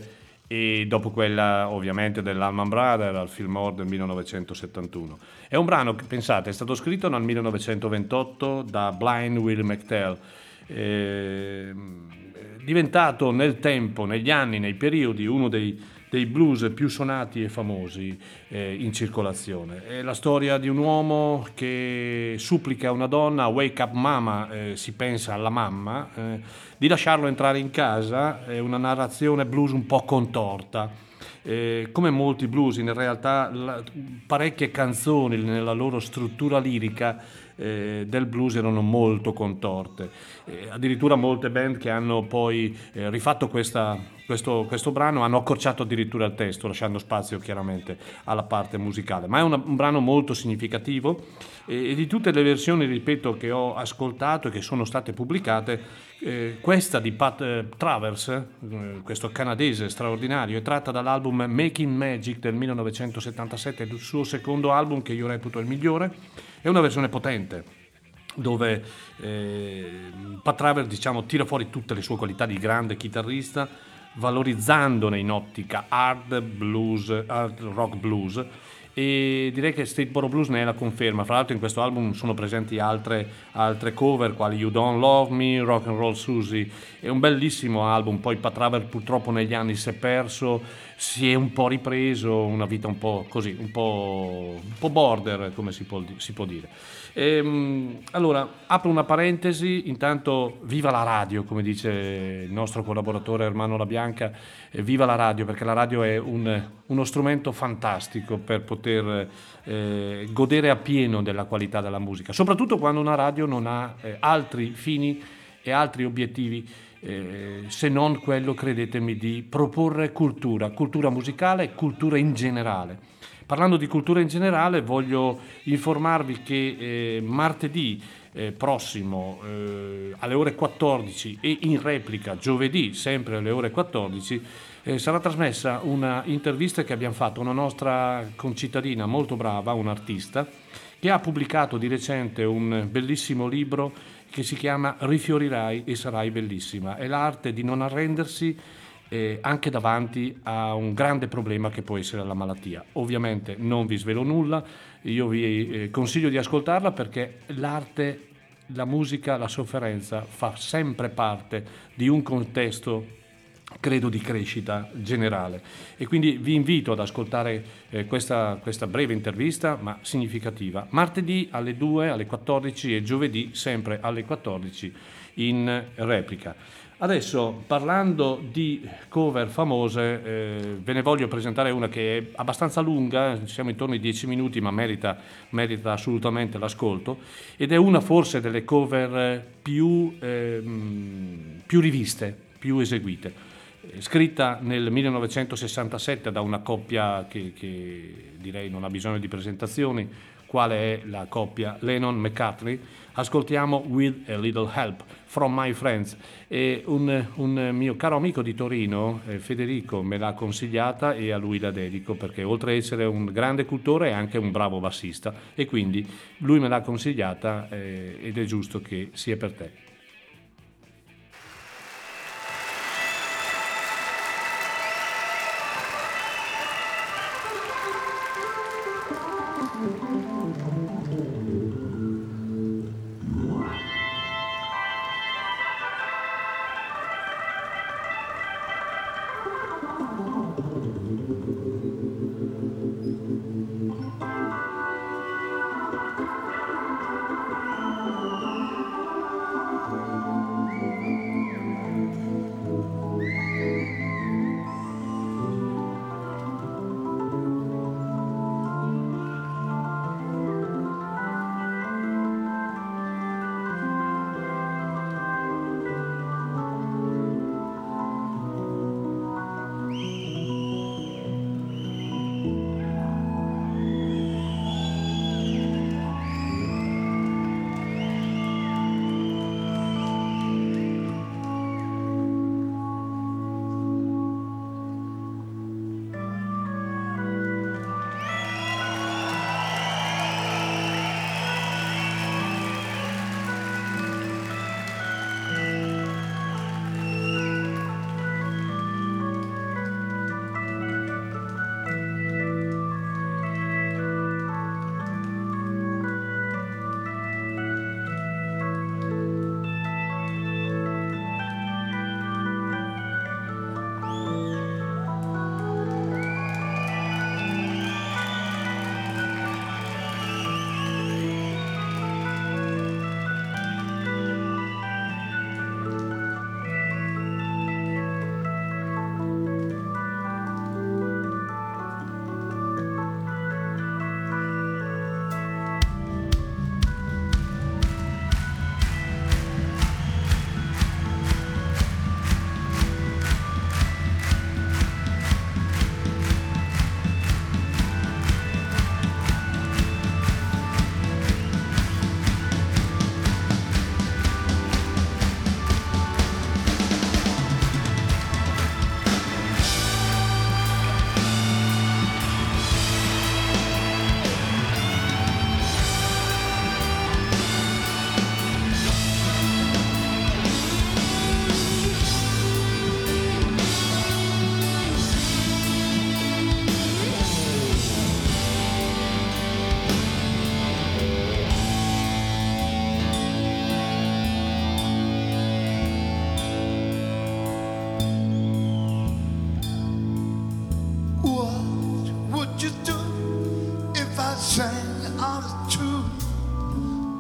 e dopo quella ovviamente dell'Allman Brothers al Fillmore del millenovecentosettantuno. È un brano che, pensate, è stato scritto nel millenovecentoventotto da Blind Willie McTell, eh, diventato nel tempo, negli anni, nei periodi, uno dei, dei blues più suonati e famosi eh, in circolazione. È la storia di un uomo che supplica a una donna, wake up mama, eh, si pensa alla mamma, eh, di lasciarlo entrare in casa. È una narrazione blues un po' contorta. Eh, come molti blues, in realtà la, parecchie canzoni nella loro struttura lirica eh, del blues erano molto contorte. Eh, addirittura molte band che hanno poi eh, rifatto questa, questo, questo brano hanno accorciato addirittura il testo, lasciando spazio chiaramente alla parte musicale. Ma è una, un brano molto significativo e, e di tutte le versioni, ripeto, che ho ascoltato e che sono state pubblicate, Eh, questa di Pat eh, Travers, eh, questo canadese straordinario, è tratta dall'album Making Magic del millenovecentosettantasette, il suo secondo album che io reputo il migliore. È una versione potente dove eh, Pat Travers, diciamo, tira fuori tutte le sue qualità di grande chitarrista, valorizzandone in ottica hard blues, hard rock blues, e direi che Statesboro Blues ne è la conferma. Fra l'altro in questo album sono presenti altre, altre cover quali You Don't Love Me, Rock and Roll Susie. È un bellissimo album. Poi Pat Travers purtroppo negli anni si è perso, si è un po' ripreso, una vita un po' così, un po', un po' border, come si può, si può dire. Ehm, allora apro una parentesi, intanto viva la radio, come dice il nostro collaboratore Ermanno La Bianca, eh, viva la radio, perché la radio è un, uno strumento fantastico per poter eh, godere appieno della qualità della musica, soprattutto quando una radio non ha eh, altri fini e altri obiettivi eh, se non quello, credetemi, di proporre cultura, cultura musicale e cultura in generale. Parlando di cultura in generale, voglio informarvi che eh, martedì eh, prossimo eh, alle ore quattordici e in replica giovedì sempre alle ore quattordici eh, sarà trasmessa una intervista che abbiamo fatto a una nostra concittadina molto brava, un'artista, che ha pubblicato di recente un bellissimo libro che si chiama Rifiorirai e sarai bellissima. È l'arte di non arrendersi Eh, anche davanti a un grande problema che può essere la malattia. Ovviamente non vi svelo nulla, io vi eh, consiglio di ascoltarla, perché l'arte, la musica, la sofferenza fa sempre parte di un contesto, credo, di crescita generale, e quindi vi invito ad ascoltare eh, questa, questa breve intervista ma significativa, martedì alle due, alle quattordici, e giovedì sempre alle quattordici in replica. Adesso, parlando di cover famose, eh, ve ne voglio presentare una che è abbastanza lunga, siamo intorno ai dieci minuti, ma merita, merita assolutamente l'ascolto, ed è una forse delle cover più, eh, più riviste, più eseguite. Scritta nel millenovecentosessantasette da una coppia che, che direi non ha bisogno di presentazioni, quale è la coppia Lennon-McCartney. Ascoltiamo With a Little Help from My Friends. E un, un mio caro amico di Torino, eh, Federico, me l'ha consigliata e a lui la dedico, perché oltre ad essere un grande cultore è anche un bravo bassista, e quindi lui me l'ha consigliata eh, ed è giusto che sia per te.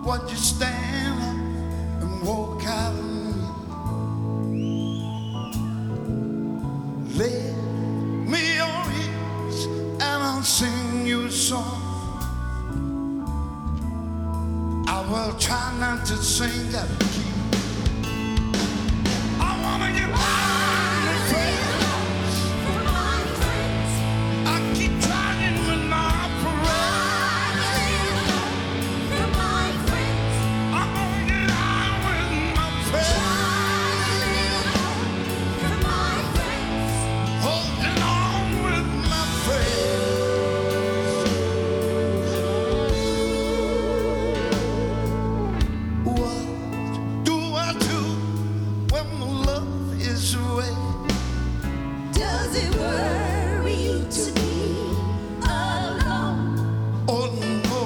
would you stand up and walk out on me? Lend me your ears and I'll sing you a song. I will try not to sing that key. I wanna get by my friends, for my friends. I keep trying with my parade, for my friends. I wanna get out with my friends, for my friends. Holding on with my friends. What do I do when my love is away? Does it worry you to be alone? Oh no.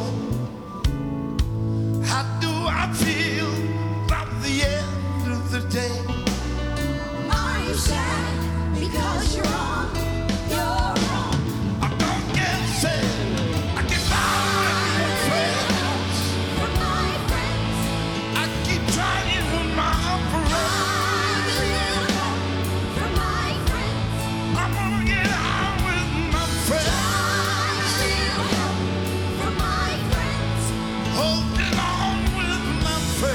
How do I feel at the end of the day? Are you sad because you're on your own? I don't get sad. I get by with my friends. For my friends, I keep trying with my parade. for my friends, I'm gonna get out with my friends. for my friends. Holding on with my friends.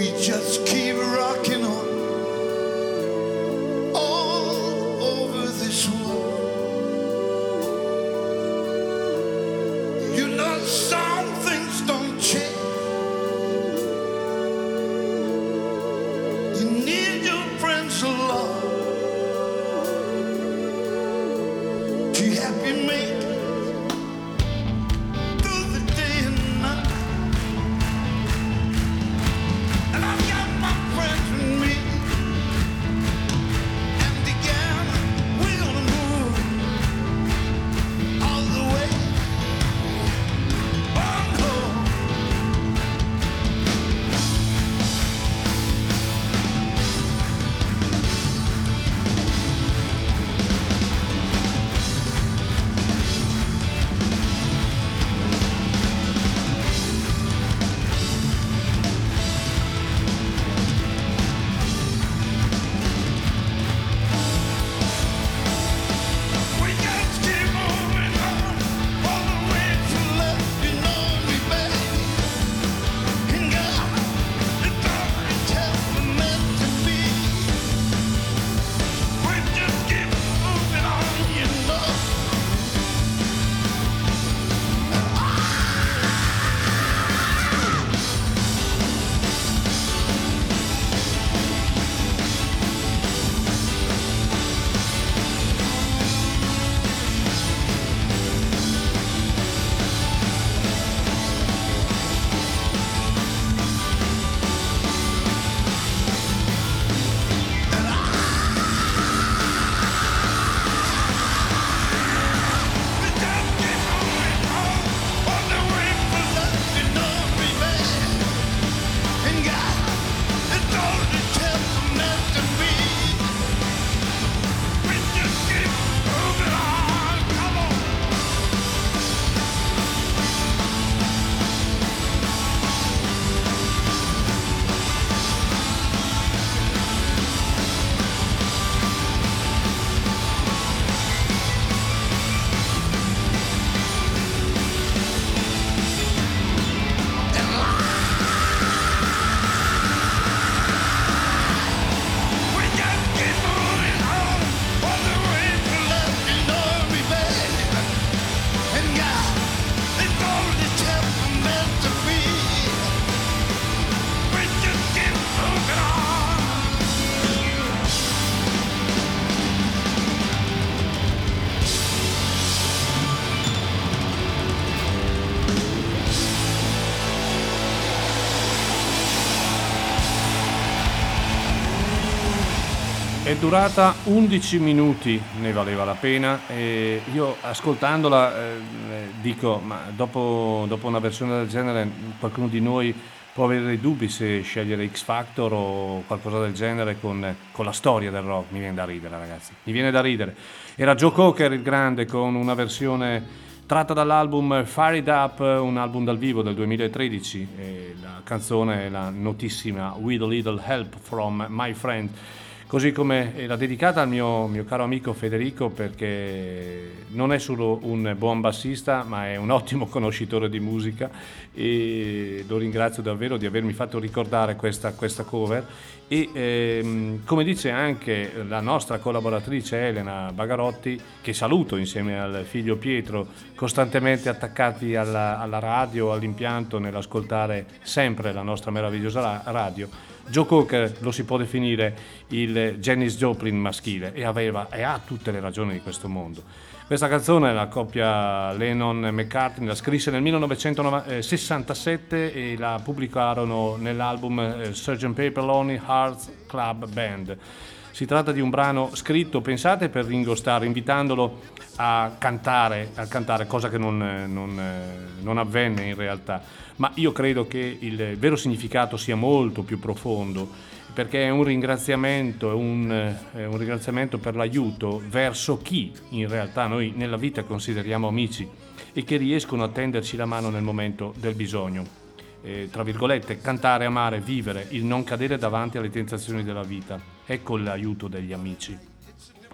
We just keep rocking on all over this world. You know some things don't change. You need your friends along to help you make it through the day and night. And I've got my friends with me, and together we're gonna move all the way on home. We just keep moving on all the way to love. You know me, baby. And God, it's already telling meant to be. We just keep moving on, you know. We just keep moving on all the way to love. You know me, baby. And God, it's already telling meant to be. We just keep moving on. Come on. We just keep moving on all the way to love. You know me, baby. And God, it's already telling meant to be. We just keep moving on. È durata undici minuti, ne valeva la pena, e io ascoltandola eh, dico, ma dopo, dopo una versione del genere qualcuno di noi può avere dei dubbi se scegliere X Factor o qualcosa del genere con, con la storia del rock. Mi viene da ridere, ragazzi, mi viene da ridere. Era Joe Cocker il grande con una versione tratta dall'album Fire It Up, un album dal vivo del duemilatredici, e la canzone è la notissima With a Little Help from My Friend, così come era dedicata al mio, mio caro amico Federico, perché non è solo un buon bassista ma è un ottimo conoscitore di musica, e lo ringrazio davvero di avermi fatto ricordare questa, questa cover. E ehm, come dice anche la nostra collaboratrice Elena Bagarotti, che saluto insieme al figlio Pietro, costantemente attaccati alla, alla radio, all'impianto, nell'ascoltare sempre la nostra meravigliosa radio, Joe Cocker lo si può definire il Janis Joplin maschile, e aveva e ha tutte le ragioni di questo mondo. Questa canzone la coppia Lennon-McCartney la scrisse nel millenovecentosessantasette e la pubblicarono nell'album sergeant Pepper Lonely Hearts Club Band. Si tratta di un brano scritto, pensate, per Ringo Starr, invitandolo a cantare, a cantare cosa che non, non, non avvenne in realtà. Ma io credo che il vero significato sia molto più profondo, perché è un ringraziamento, è un, è un ringraziamento per l'aiuto verso chi in realtà noi nella vita consideriamo amici e che riescono a tenderci la mano nel momento del bisogno. Eh, tra virgolette, cantare, amare, vivere, il non cadere davanti alle tentazioni della vita. Ecco l'aiuto degli amici.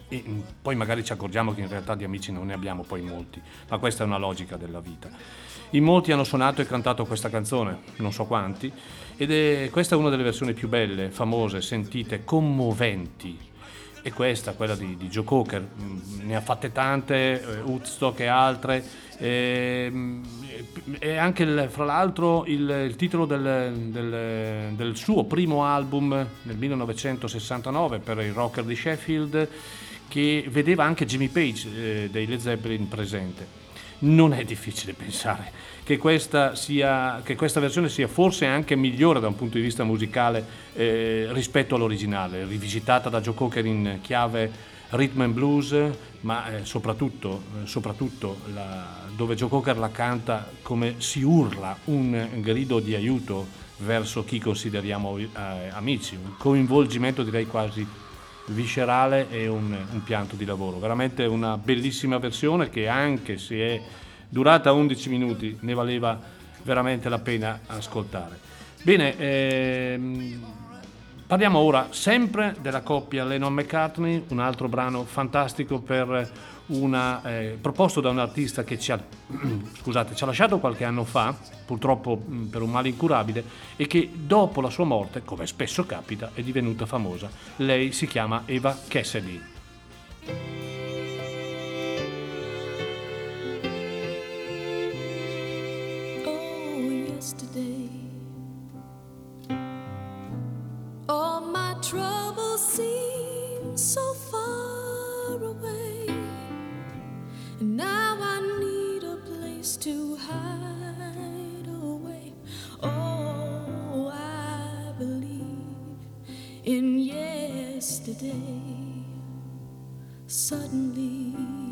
e poi magari ci accorgiamo che in realtà di amici non ne abbiamo poi molti, ma questa è una logica della vita. In molti hanno suonato e cantato questa canzone, non so quanti, ed è questa è una delle versioni più belle, famose, sentite, commoventi. E questa, quella di, di Joe Cocker, ne ha fatte tante, eh, Woodstock e altre, e, e anche il, fra l'altro il, il titolo del, del, del suo primo album nel millenovecentosessantanove per il rocker di Sheffield, che vedeva anche Jimmy Page eh, dei Led Zeppelin presente. Non è difficile pensare che questa, sia, che questa versione sia forse anche migliore da un punto di vista musicale eh, rispetto all'originale, rivisitata da Joe Cocker in chiave rhythm and blues, ma eh, soprattutto, eh, soprattutto la, dove Joe Cocker la canta come si urla un grido di aiuto verso chi consideriamo eh, amici, un coinvolgimento direi quasi viscerale e un, un pianto di lavoro. Veramente una bellissima versione che, anche se è durata undici minuti, ne valeva veramente la pena ascoltare. Bene, ehm, parliamo ora sempre della coppia Lennon-McCartney, un altro brano fantastico per una, eh, proposto da un artista che ci ha, scusate, ci ha lasciato qualche anno fa, purtroppo mh, per un male incurabile, e che dopo la sua morte, come spesso capita, è divenuta famosa. Lei si chiama Eva Cassidy. Oh, yesterday, all my troubles seem so far away, and now I need a place to hide away. Oh, I believe in yesterday. Suddenly,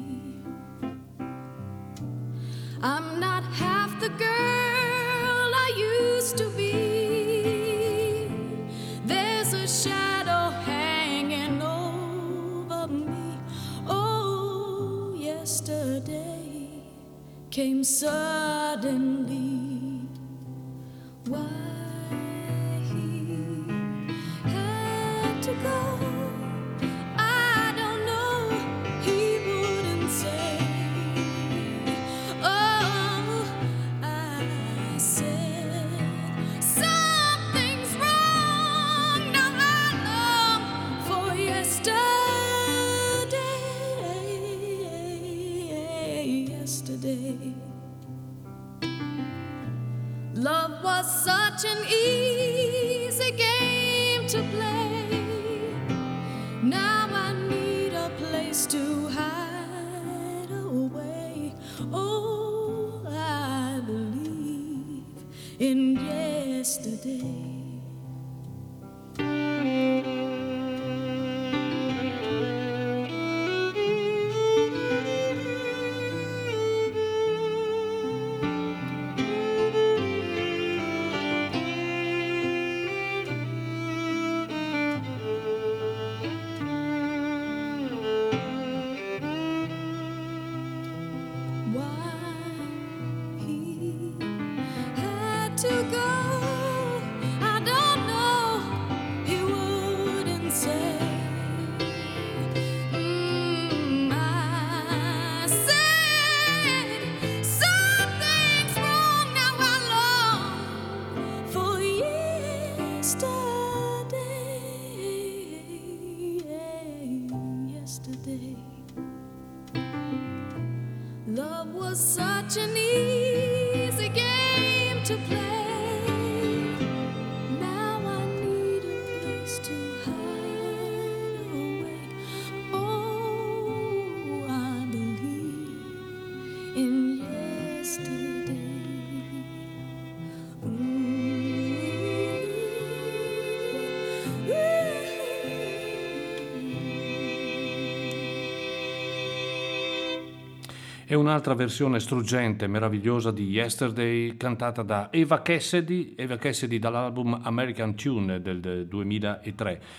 I'm not half the girl I used to be. There's a shadow hanging over me. Oh, yesterday came suddenly. Why he had to go, I don't know. He wouldn't say. Oh, I said something's wrong. Now I long for yesterday. Yesterday, love was such an easy game to play. Now I need a place to hide away. Oh, I believe in yesterday. Love was such an easy game to play. Now I need a place to hide away. Oh, I believe in yesterday. Ooh. È un'altra versione struggente, meravigliosa di Yesterday, cantata da Eva Cassidy, Eva Cassidy dall'album American Tune del duemilatré.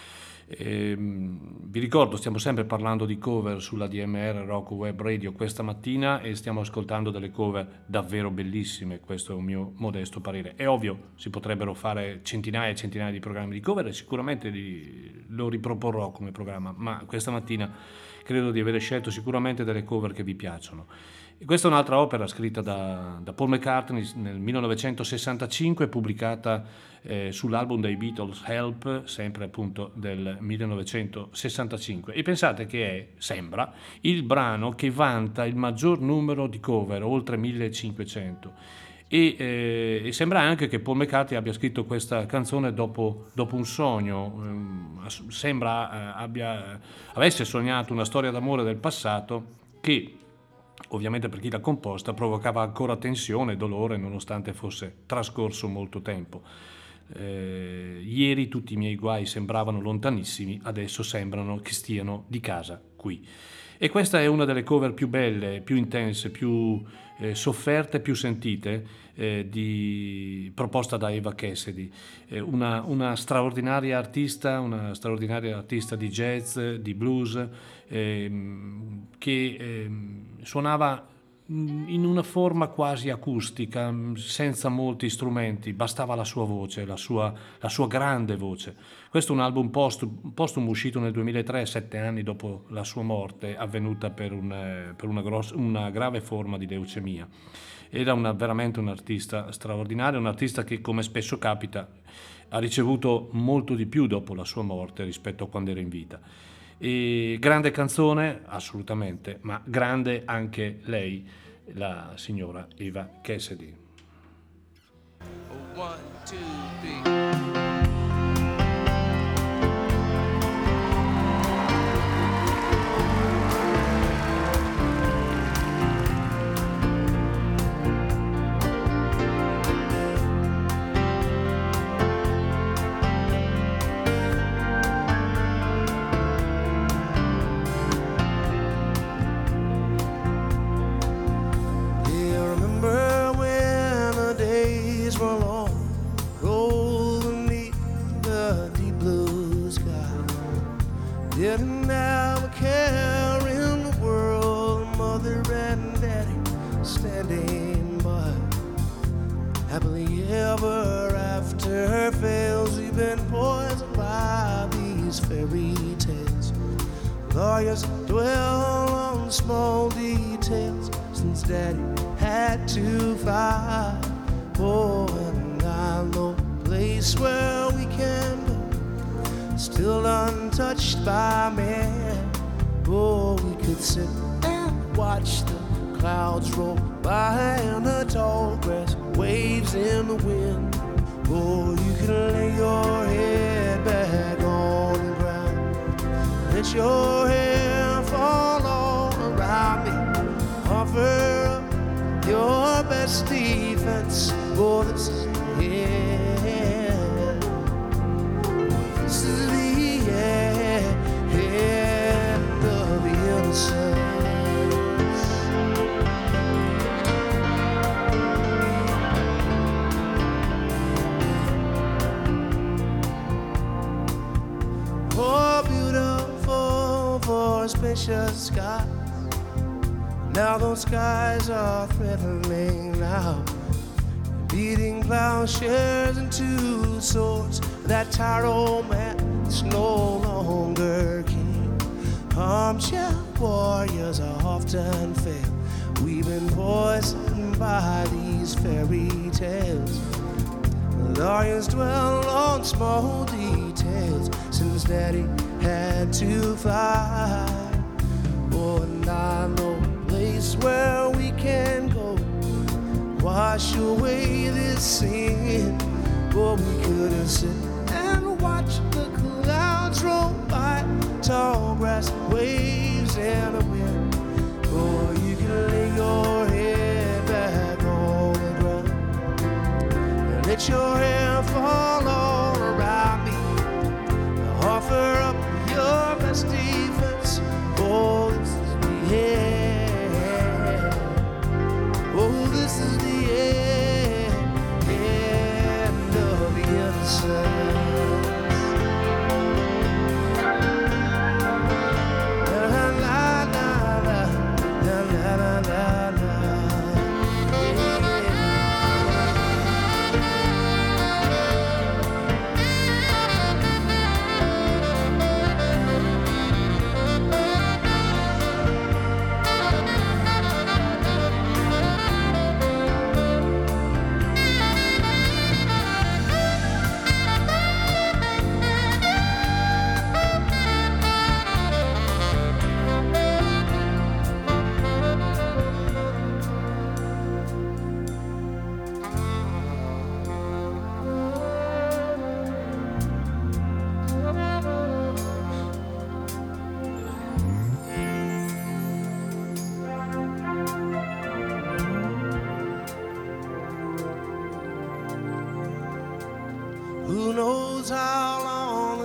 Ehm, vi ricordo, stiamo sempre parlando di cover sulla D M R Rock Web Radio questa mattina e stiamo ascoltando delle cover davvero bellissime, questo è un mio modesto parere. È ovvio, si potrebbero fare centinaia e centinaia di programmi di cover e sicuramente li, lo riproporrò come programma, ma questa mattina credo di aver scelto sicuramente delle cover che vi piacciono. E questa è un'altra opera scritta da, da Paul McCartney nel millenovecentosessantacinque, pubblicata eh, sull'album dei Beatles Help, sempre appunto del millenovecentosessantacinque. E pensate che è, sembra, il brano che vanta il maggior numero di cover, oltre millecinquecento. E, eh, e sembra anche che Paul McCartney abbia scritto questa canzone dopo, dopo un sogno. Eh, sembra eh, abbia, avesse sognato una storia d'amore del passato che, ovviamente per chi l'ha composta, provocava ancora tensione e dolore nonostante fosse trascorso molto tempo. Eh, ieri tutti i miei guai sembravano lontanissimi, adesso sembrano che stiano di casa qui. E questa è una delle cover più belle, più intense, più eh, sofferte, più sentite, eh, di, proposta da Eva Cassidy, eh, una, una straordinaria artista, una straordinaria artista di jazz, di blues, eh, che eh, suonava in una forma quasi acustica, senza molti strumenti, bastava la sua voce, la sua, la sua grande voce. Questo è un album postum, postum uscito nel duemilatré, sette anni dopo la sua morte, avvenuta per, un, per una, grossa, una grave forma di leucemia. Era una, veramente un artista straordinario, un artista che, come spesso capita, ha ricevuto molto di più dopo la sua morte rispetto a quando era in vita. E grande canzone, assolutamente, ma grande anche lei, la signora Eva Cassidy. One, two, three. Didn't have a care in the world, mother and daddy standing by. Happily ever after fails, we've been poisoned by these fairy tales. Lawyers dwell on small details since daddy had to fly. Oh, and I know a place where we can go, still untouched by man. Oh, we could sit and watch the clouds roll by and the tall grass waves in the wind. Oh, you can lay your head back on the ground, let your hair fall all around me, offer up your best defense. Oh, this is the end. This is the end, end of the innocence. Oh, beautiful for spacious skies. Now those skies are threatening now, beating plowshares into swords. That tired old man is no longer king. Armchair warriors are often fail. We've been poisoned by these fairy tales. Lawyers dwell on small details since daddy had to fly. Oh, and I know a place where we can go, wash away this sin. Oh, we could have sit and watch the clouds roll by, tall grass waves and a wind. Oh, you can lay your head back on the ground and let your hair fall all around me, offer up your best defense. Oh, this is the end. Oh, this is the end, end of the innocence.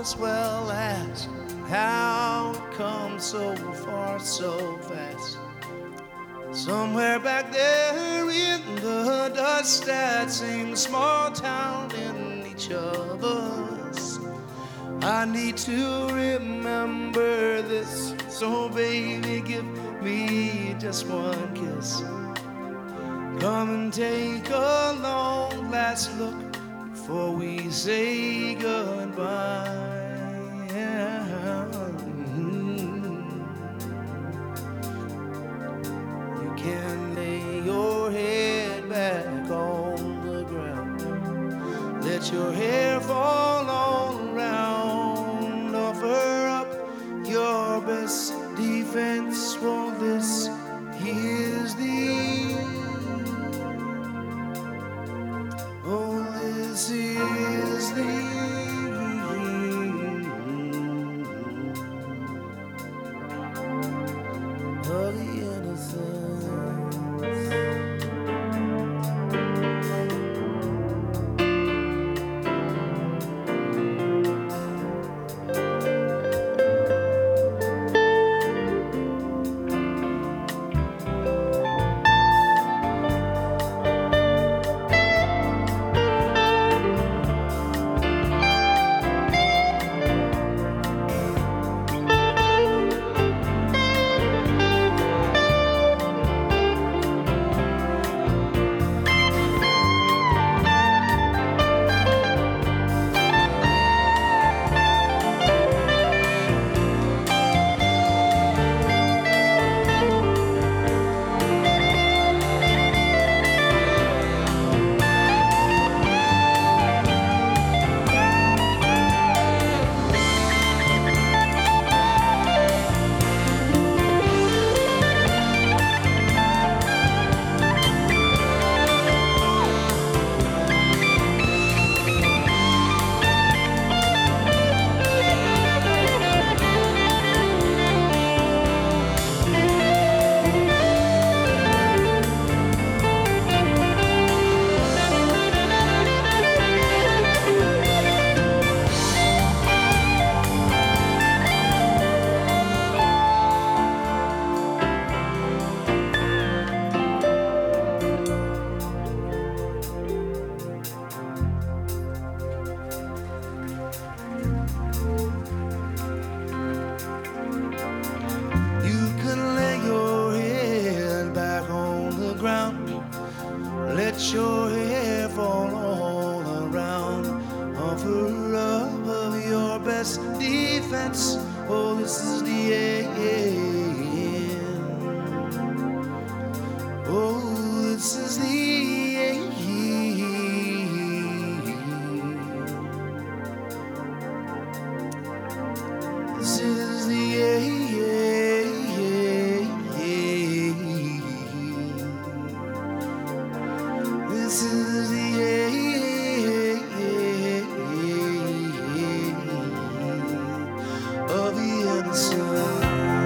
as well as how it comes so far so fast. Somewhere back there in the dust, that same small town in each of us, I need to remember this. So baby, give me just one kiss. Come and take a long last look before we say goodbye. You can lay your head back on the ground, let your hair fall all around, offer up your best defense. For this is the oh, this is the of the innocence. Let your hair fall all around. Offer up of your best defense. Oh, this is the end. Oh, this is the end. This is the end. This is the end of the innocent.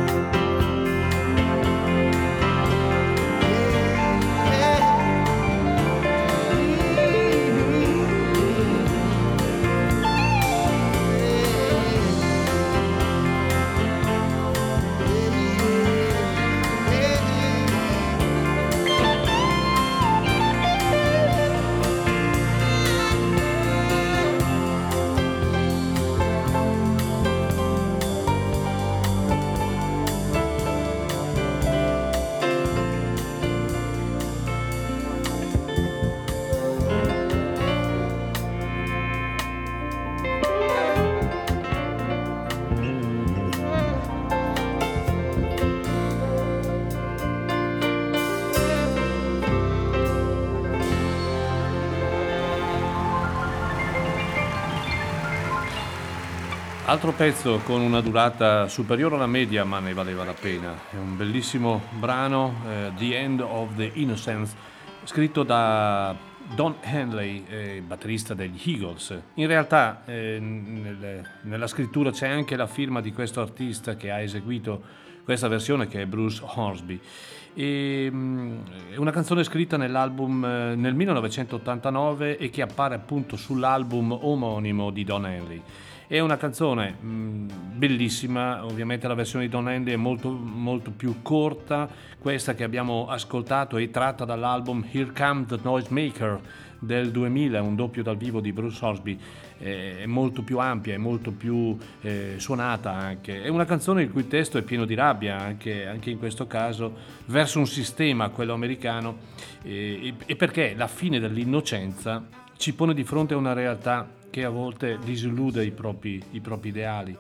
Altro pezzo con una durata superiore alla media, ma ne valeva la pena. È un bellissimo brano, eh, The End of the Innocence, scritto da Don Henley, eh, batterista degli Eagles. In realtà eh, nel, nella scrittura c'è anche la firma di questo artista che ha eseguito questa versione, che è Bruce Hornsby. E, mh, è una canzone scritta nell'album eh, nel millenovecentottantanove e che appare appunto sull'album omonimo di Don Henley. È una canzone mh, bellissima, ovviamente la versione di Don Henley è molto, molto più corta. Questa che abbiamo ascoltato è tratta dall'album Here Comes the Noisemaker del duemila, un doppio dal vivo di Bruce Hornsby. Eh, è molto più ampia, è molto più eh, suonata anche. È una canzone il cui testo è pieno di rabbia, anche, anche in questo caso, verso un sistema, quello americano, eh, e, e perché la fine dell'innocenza ci pone di fronte a una realtà che a volte disillude i propri, i propri ideali.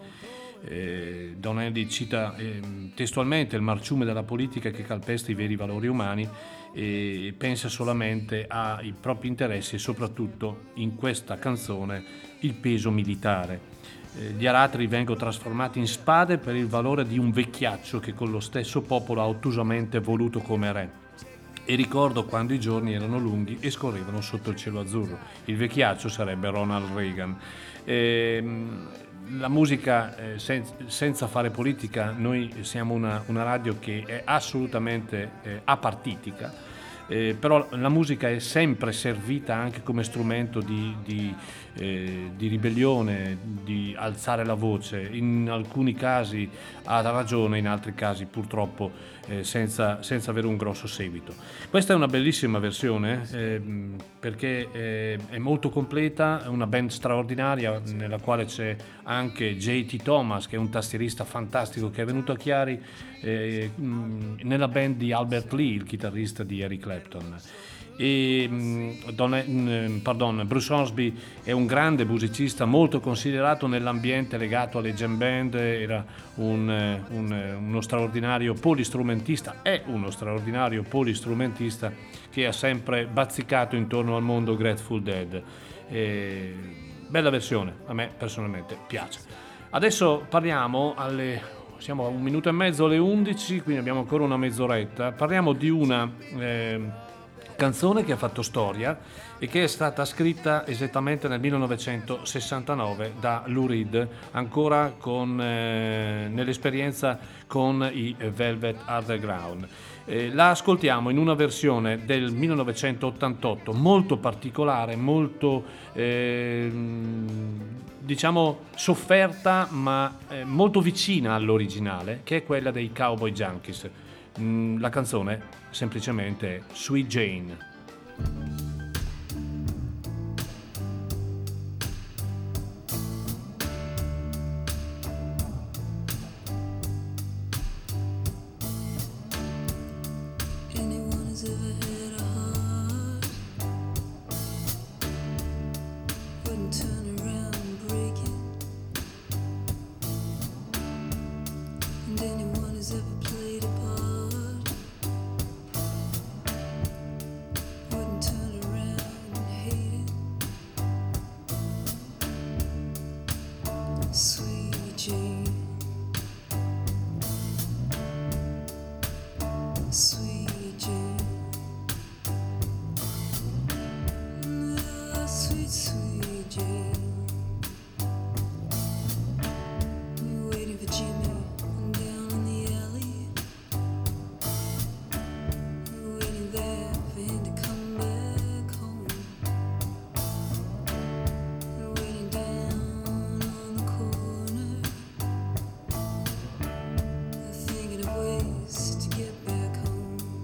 Eh, Don Henley cita eh, testualmente il marciume della politica che calpesta i veri valori umani e pensa solamente ai propri interessi e soprattutto in questa canzone il peso militare. Eh, gli aratri vengono trasformati in spade per il valore di un vecchiaccio che con lo stesso popolo ha ottusamente voluto come re. E ricordo quando i giorni erano lunghi e scorrevano sotto il cielo azzurro. Il vecchiaccio sarebbe Ronald Reagan. Ehm, la musica, eh, sen- senza fare politica, noi siamo una, una radio che è assolutamente eh, apartitica, eh, però la musica è sempre servita anche come strumento di, di, eh, di ribellione, di alzare la voce. In alcuni casi ha ragione, in altri casi purtroppo Eh, senza, senza avere un grosso seguito. Questa è una bellissima versione eh, perché eh, è molto completa, è una band straordinaria nella quale c'è anche J T Thomas, che è un tastierista fantastico che è venuto a Chiari eh, nella band di Albert Lee, il chitarrista di Eric Clapton. E Don, pardon, Bruce Hornsby è un grande musicista molto considerato nell'ambiente legato alle jam band, era un, un, uno straordinario polistrumentista, è uno straordinario polistrumentista che ha sempre bazzicato intorno al mondo Grateful Dead. E, bella versione, a me personalmente piace. Adesso parliamo alle, siamo a un minuto e mezzo alle undici, quindi abbiamo ancora una mezz'oretta, parliamo di una eh, canzone che ha fatto storia e che è stata scritta esattamente nel millenovecentosessantanove da Lou Reed, ancora con, eh, nell'esperienza con i Velvet Underground. Eh, la ascoltiamo in una versione del millenovecentottantotto molto particolare, molto eh, diciamo sofferta, ma eh, molto vicina all'originale, che è quella dei Cowboy Junkies. Mm, la canzone semplicemente è Sweet Jane. Anyone who's ever had a heart wouldn't turn around and break it. And anyone who's ever played a part wouldn't turn around and hate it. Sweet Jane, sweet Jane, oh, sweet, sweet Jane. You're waiting for Jimmy down in the alley. You're waiting there for him to come back home. You're waiting down on the corner, thinking of ways to get back home.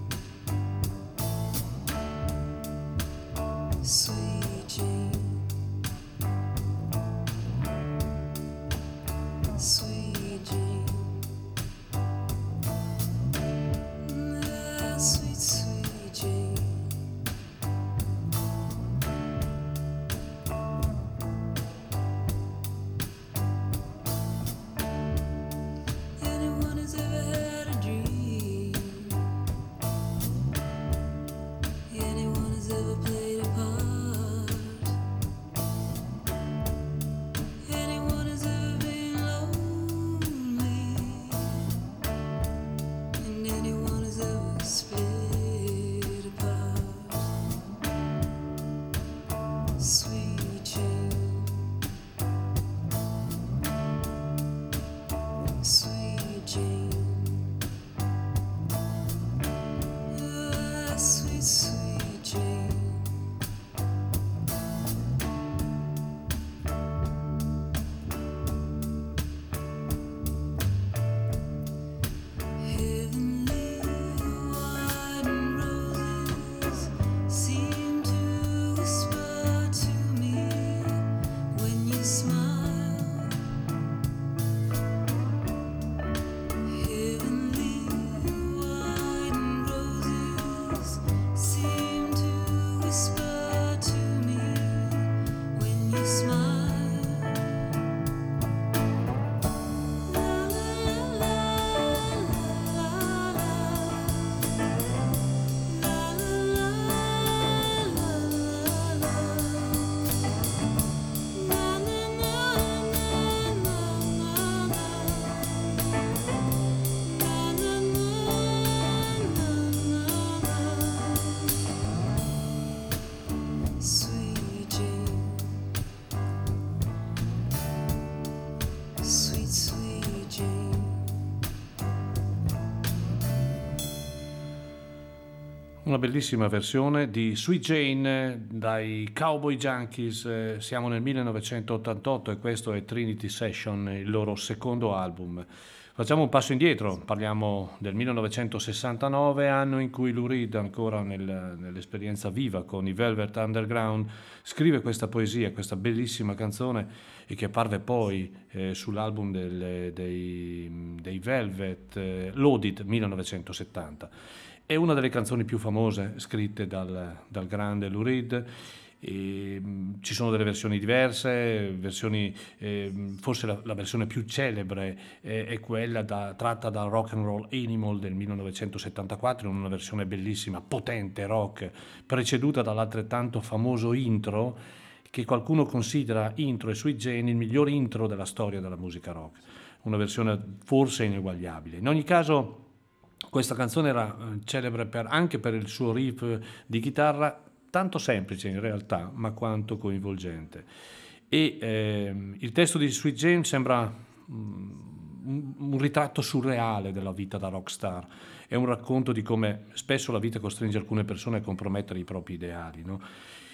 Una bellissima versione di Sweet Jane dai Cowboy Junkies. Eh, siamo nel millenovecentottantotto e questo è Trinity Session, il loro secondo album. Facciamo un passo indietro, parliamo del millenovecentosessantanove, anno in cui Lou Reed, ancora nel, nell'esperienza viva con i Velvet Underground, scrive questa poesia, questa bellissima canzone, e che apparve poi eh, sull'album del, dei, dei Velvet, eh, Loaded millenovecentosettanta. È una delle canzoni più famose scritte dal, dal grande Lou Reed. E, mh, ci sono delle versioni diverse, versioni, eh, forse la, la versione più celebre eh, è quella da, tratta da Rock and Roll Animal del millenovecentosettantaquattro, in una versione bellissima, potente rock, preceduta dall'altrettanto famoso intro che qualcuno considera, intro e Sweet Jane, il miglior intro della storia della musica rock, una versione forse ineguagliabile. In ogni caso questa canzone era celebre per, anche per il suo riff di chitarra, tanto semplice in realtà, ma quanto coinvolgente. E ehm, il testo di Sweet Jane sembra mm, un, un ritratto surreale della vita da rockstar. È un racconto di come spesso la vita costringe alcune persone a compromettere i propri ideali, no?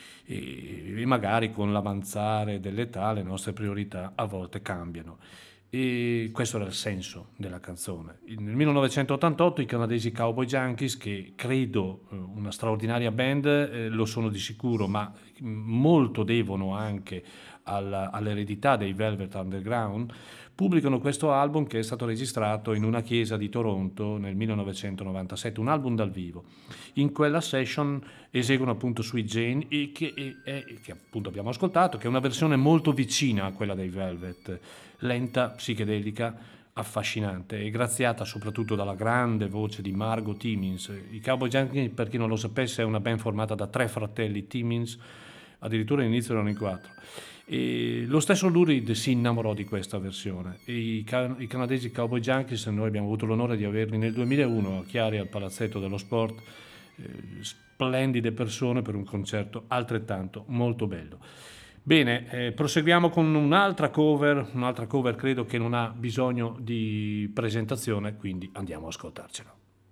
E, e magari con l'avanzare dell'età le nostre priorità a volte cambiano. E questo era il senso della canzone. Nel millenovecentottantotto i canadesi Cowboy Junkies, che credo una straordinaria band, eh, lo sono di sicuro, ma molto devono anche alla, all'eredità dei Velvet Underground, pubblicano questo album che è stato registrato in una chiesa di Toronto nel millenovecentonovantasette, un album dal vivo. In quella session eseguono appunto Sweet Jane, e che, e, e, che appunto abbiamo ascoltato, che è una versione molto vicina a quella dei Velvet, lenta, psichedelica, affascinante e graziata soprattutto dalla grande voce di Margot Timmins. I Cowboy Junkies, per chi non lo sapesse, è una band formata da tre fratelli Timmins, addirittura all'inizio erano in quattro. E lo stesso Lou Reed si innamorò di questa versione. E i, can- i canadesi Cowboy Junkies, noi abbiamo avuto l'onore di averli nel duemilauno a Chiari al Palazzetto dello Sport, eh, splendide persone per un concerto altrettanto molto bello. Bene, eh, proseguiamo con un'altra cover, un'altra cover credo che non ha bisogno di presentazione, quindi andiamo a ascoltarcelo.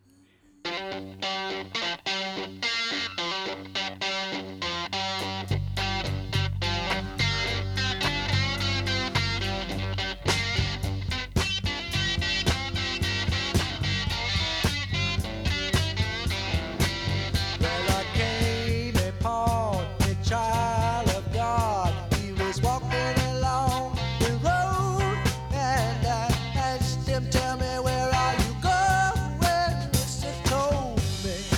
Tell me, where are you going? Mister told me.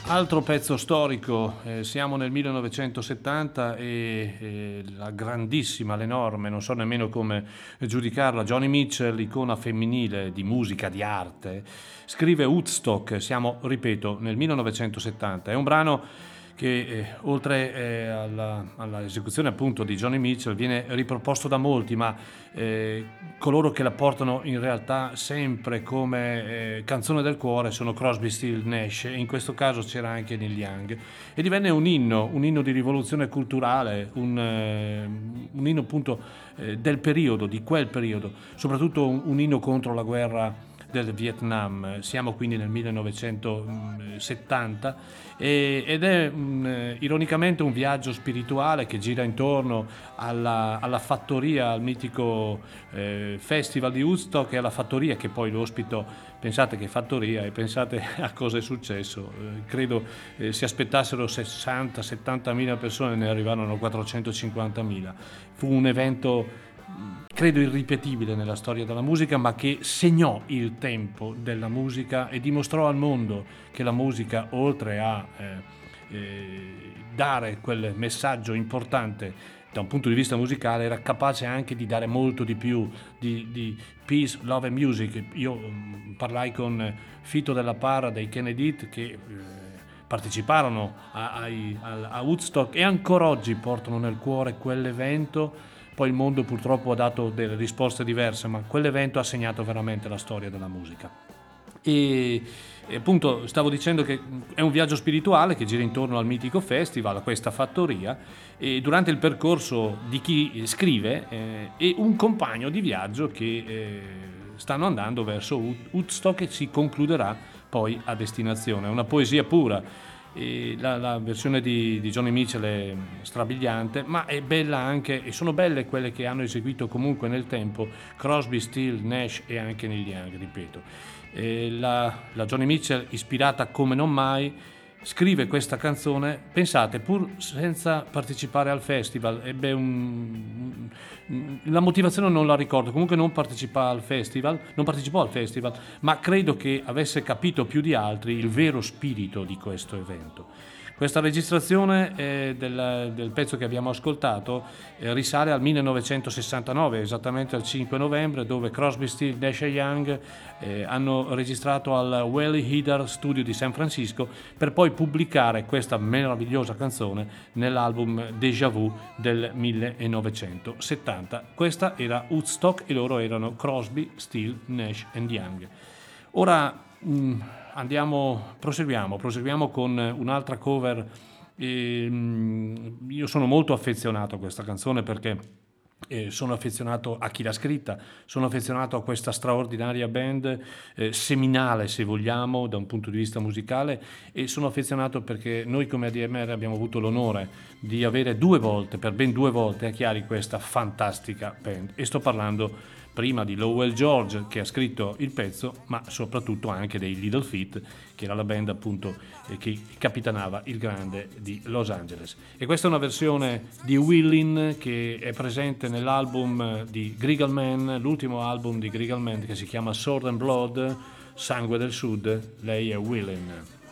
Altro pezzo storico, eh, siamo nel millenovecentosettanta e eh, la grandissima, l'enorme, non so nemmeno come giudicarla, Joni Mitchell, icona femminile di musica, di arte, scrive Woodstock, siamo, ripeto, nel millenovecentosettanta. È un brano che eh, oltre eh, alla, alla esecuzione appunto di Joni Mitchell viene riproposto da molti, ma eh, coloro che la portano in realtà sempre come eh, canzone del cuore sono Crosby, Stills, Nash, e in questo caso c'era anche Neil Young, e divenne un inno, un inno di rivoluzione culturale, un, eh, un inno appunto eh, del periodo, di quel periodo, soprattutto un, un inno contro la guerra del Vietnam. Siamo quindi nel millenovecentosettanta e, ed è um, ironicamente un viaggio spirituale che gira intorno alla, alla fattoria, al mitico eh, festival di Woodstock e alla fattoria che poi lo ospitò. Pensate che fattoria e pensate a cosa è successo. Eh, credo eh, si aspettassero sessanta settanta mila persone, ne arrivarono quattrocentocinquantamila. Fu un evento credo irripetibile nella storia della musica, ma che segnò il tempo della musica e dimostrò al mondo che la musica, oltre a eh, eh, dare quel messaggio importante da un punto di vista musicale, era capace anche di dare molto di più, di, di peace, love and music. Io mh, parlai con Fito Della Parra dei Kennedy che eh, parteciparono a, a, a Woodstock e ancora oggi portano nel cuore quell'evento. Poi il mondo purtroppo ha dato delle risposte diverse, ma quell'evento ha segnato veramente la storia della musica. E, e appunto stavo dicendo che è un viaggio spirituale che gira intorno al mitico festival, a questa fattoria, e durante il percorso di chi scrive eh, e un compagno di viaggio che eh, stanno andando verso Woodstock e si concluderà poi a destinazione. È una poesia pura. E la, la versione di, di Joni Mitchell è strabiliante, ma è bella anche, e sono belle quelle che hanno eseguito comunque nel tempo Crosby, Stills, Nash e anche Neil Young, ripeto. E la, la Joni Mitchell, ispirata come non mai, scrive questa canzone, pensate, pur senza partecipare al festival. Ebbe un, la motivazione non la ricordo, comunque non partecipò al festival, non partecipò al festival, ma credo che avesse capito più di altri il vero spirito di questo evento. Questa registrazione eh, del, del pezzo che abbiamo ascoltato eh, risale al millenovecentosessantanove, esattamente al cinque novembre, dove Crosby, Stills, Nash e Young eh, hanno registrato al Wally Heider Studio di San Francisco per poi pubblicare questa meravigliosa canzone nell'album Déjà Vu del millenovecentosettanta. Questa era Woodstock e loro erano Crosby, Stills, Nash and Young. Ora mh, andiamo, proseguiamo, proseguiamo con un'altra cover. E, mh, io sono molto affezionato a questa canzone perché eh, sono affezionato a chi l'ha scritta, sono affezionato a questa straordinaria band, eh, seminale se vogliamo da un punto di vista musicale, e sono affezionato perché noi come A D M R abbiamo avuto l'onore di avere due volte, per ben due volte a Chiari, questa fantastica band, e sto parlando prima di Lowell George che ha scritto il pezzo, ma soprattutto anche dei Little Feat, che era la band appunto eh, che capitanava il grande di Los Angeles. E questa è una versione di Willin che è presente nell'album di Grigal Man, l'ultimo album di Grigal Man, che si chiama Sword and Blood, Sangue del Sud. Lei è Willin.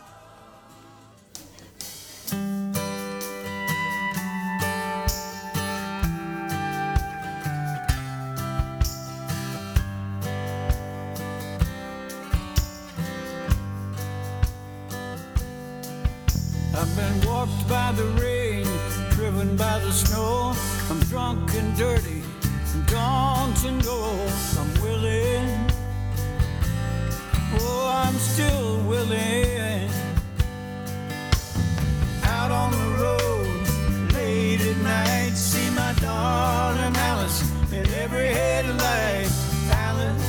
I've been walked by the rain, driven by the snow. I'm drunk and dirty, and gone to know I'm willing. Oh, I'm still willing. Out on the road, late at night, see my darling Alice in every headlight. Alice,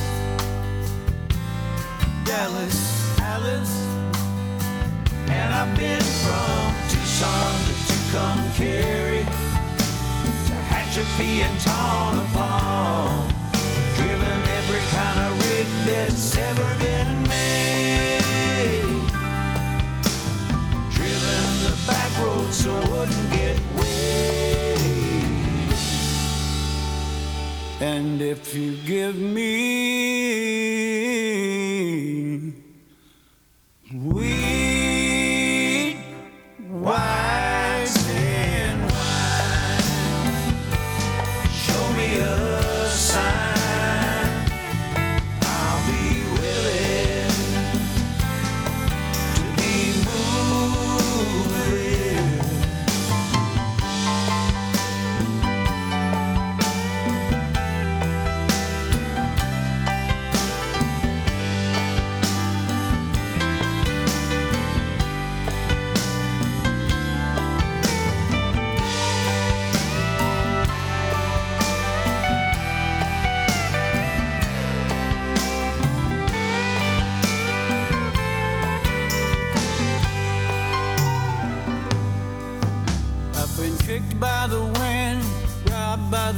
Dallas, Alice. And I've been from Tucson to Tucumcari, to Hatchapee and Tonopah, driven every kind of rig that's ever been made, driven the back road so I wouldn't get wet. And if you give me we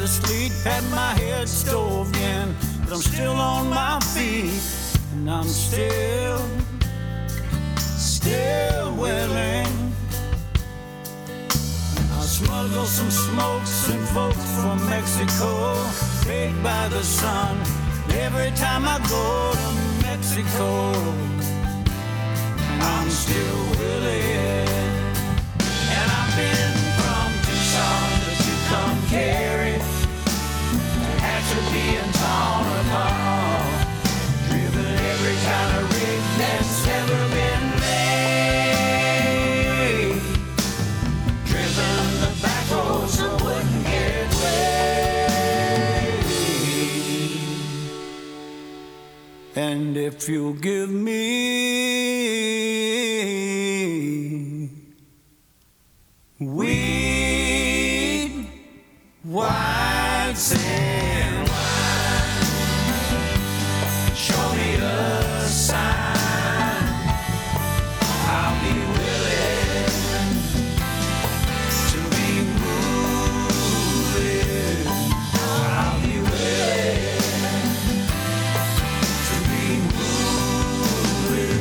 to sleep, had my head stove in, but I'm still on my feet, and I'm still, still willing. I smuggle some smokes and folks from Mexico, baked by the sun, every time I go to Mexico. I'm still willing. And I've been from Tucson to Tucumcari, Tehachapi and Tonopah, driven every kind of rig that's ever been made, driven the back roads that wouldn't get laid. And if you'll give me weed, white sand wine, show me a sign, I'll be willing to be moving. I'll be willing to be moving.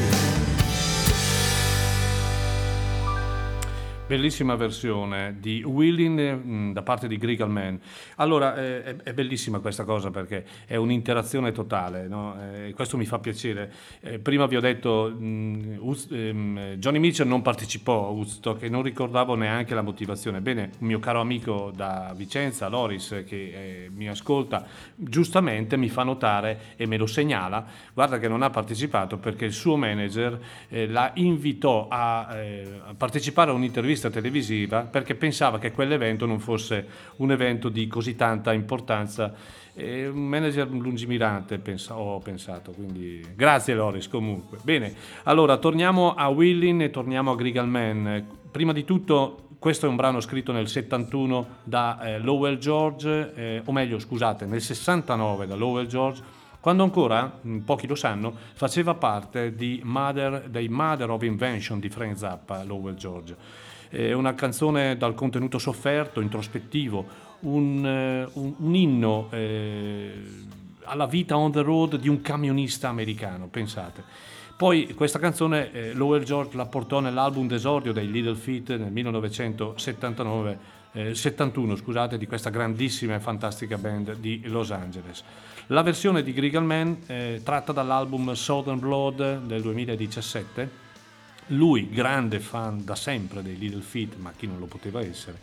Bellissima versione di Willing mh, da parte di Grigal Man. Allora, eh, è, è bellissima questa cosa perché è un'interazione totale, no? Eh, questo mi fa piacere. Eh, prima vi ho detto, mh, Uz- ehm, Johnny Mitchell non partecipò a Woodstock e non ricordavo neanche la motivazione. Bene, un mio caro amico da Vicenza, Loris, che eh, mi ascolta, giustamente mi fa notare e me lo segnala, guarda che non ha partecipato perché il suo manager eh, la invitò a, eh, a partecipare a un'intervista televisiva perché pensava che quell'evento non fosse un evento di così tanta importanza. È un manager lungimirante, pensa, ho pensato, quindi grazie Loris comunque. Bene, allora torniamo a Willing e torniamo a Grigal Man. Prima di tutto, questo è un brano scritto nel settantuno da eh, Lowell George, eh, o meglio scusate, nel sessantanove da Lowell George, quando ancora, mh, pochi lo sanno, faceva parte di Mother, dei Mother of Invention di Frank Zappa, Lowell George. È una canzone dal contenuto sofferto, introspettivo, un, eh, un, un inno eh, alla vita on the road di un camionista americano, pensate. Poi questa canzone eh, Lowell George la portò nell'album d'esordio dei Little Feat nel millenovecentosettantanove, eh, settantuno, scusate, di questa grandissima e fantastica band di Los Angeles. La versione di Grigal Man eh, tratta dall'album Southern Blood del duemiladiciassette. Lui, grande fan da sempre dei Little Feat, ma chi non lo poteva essere.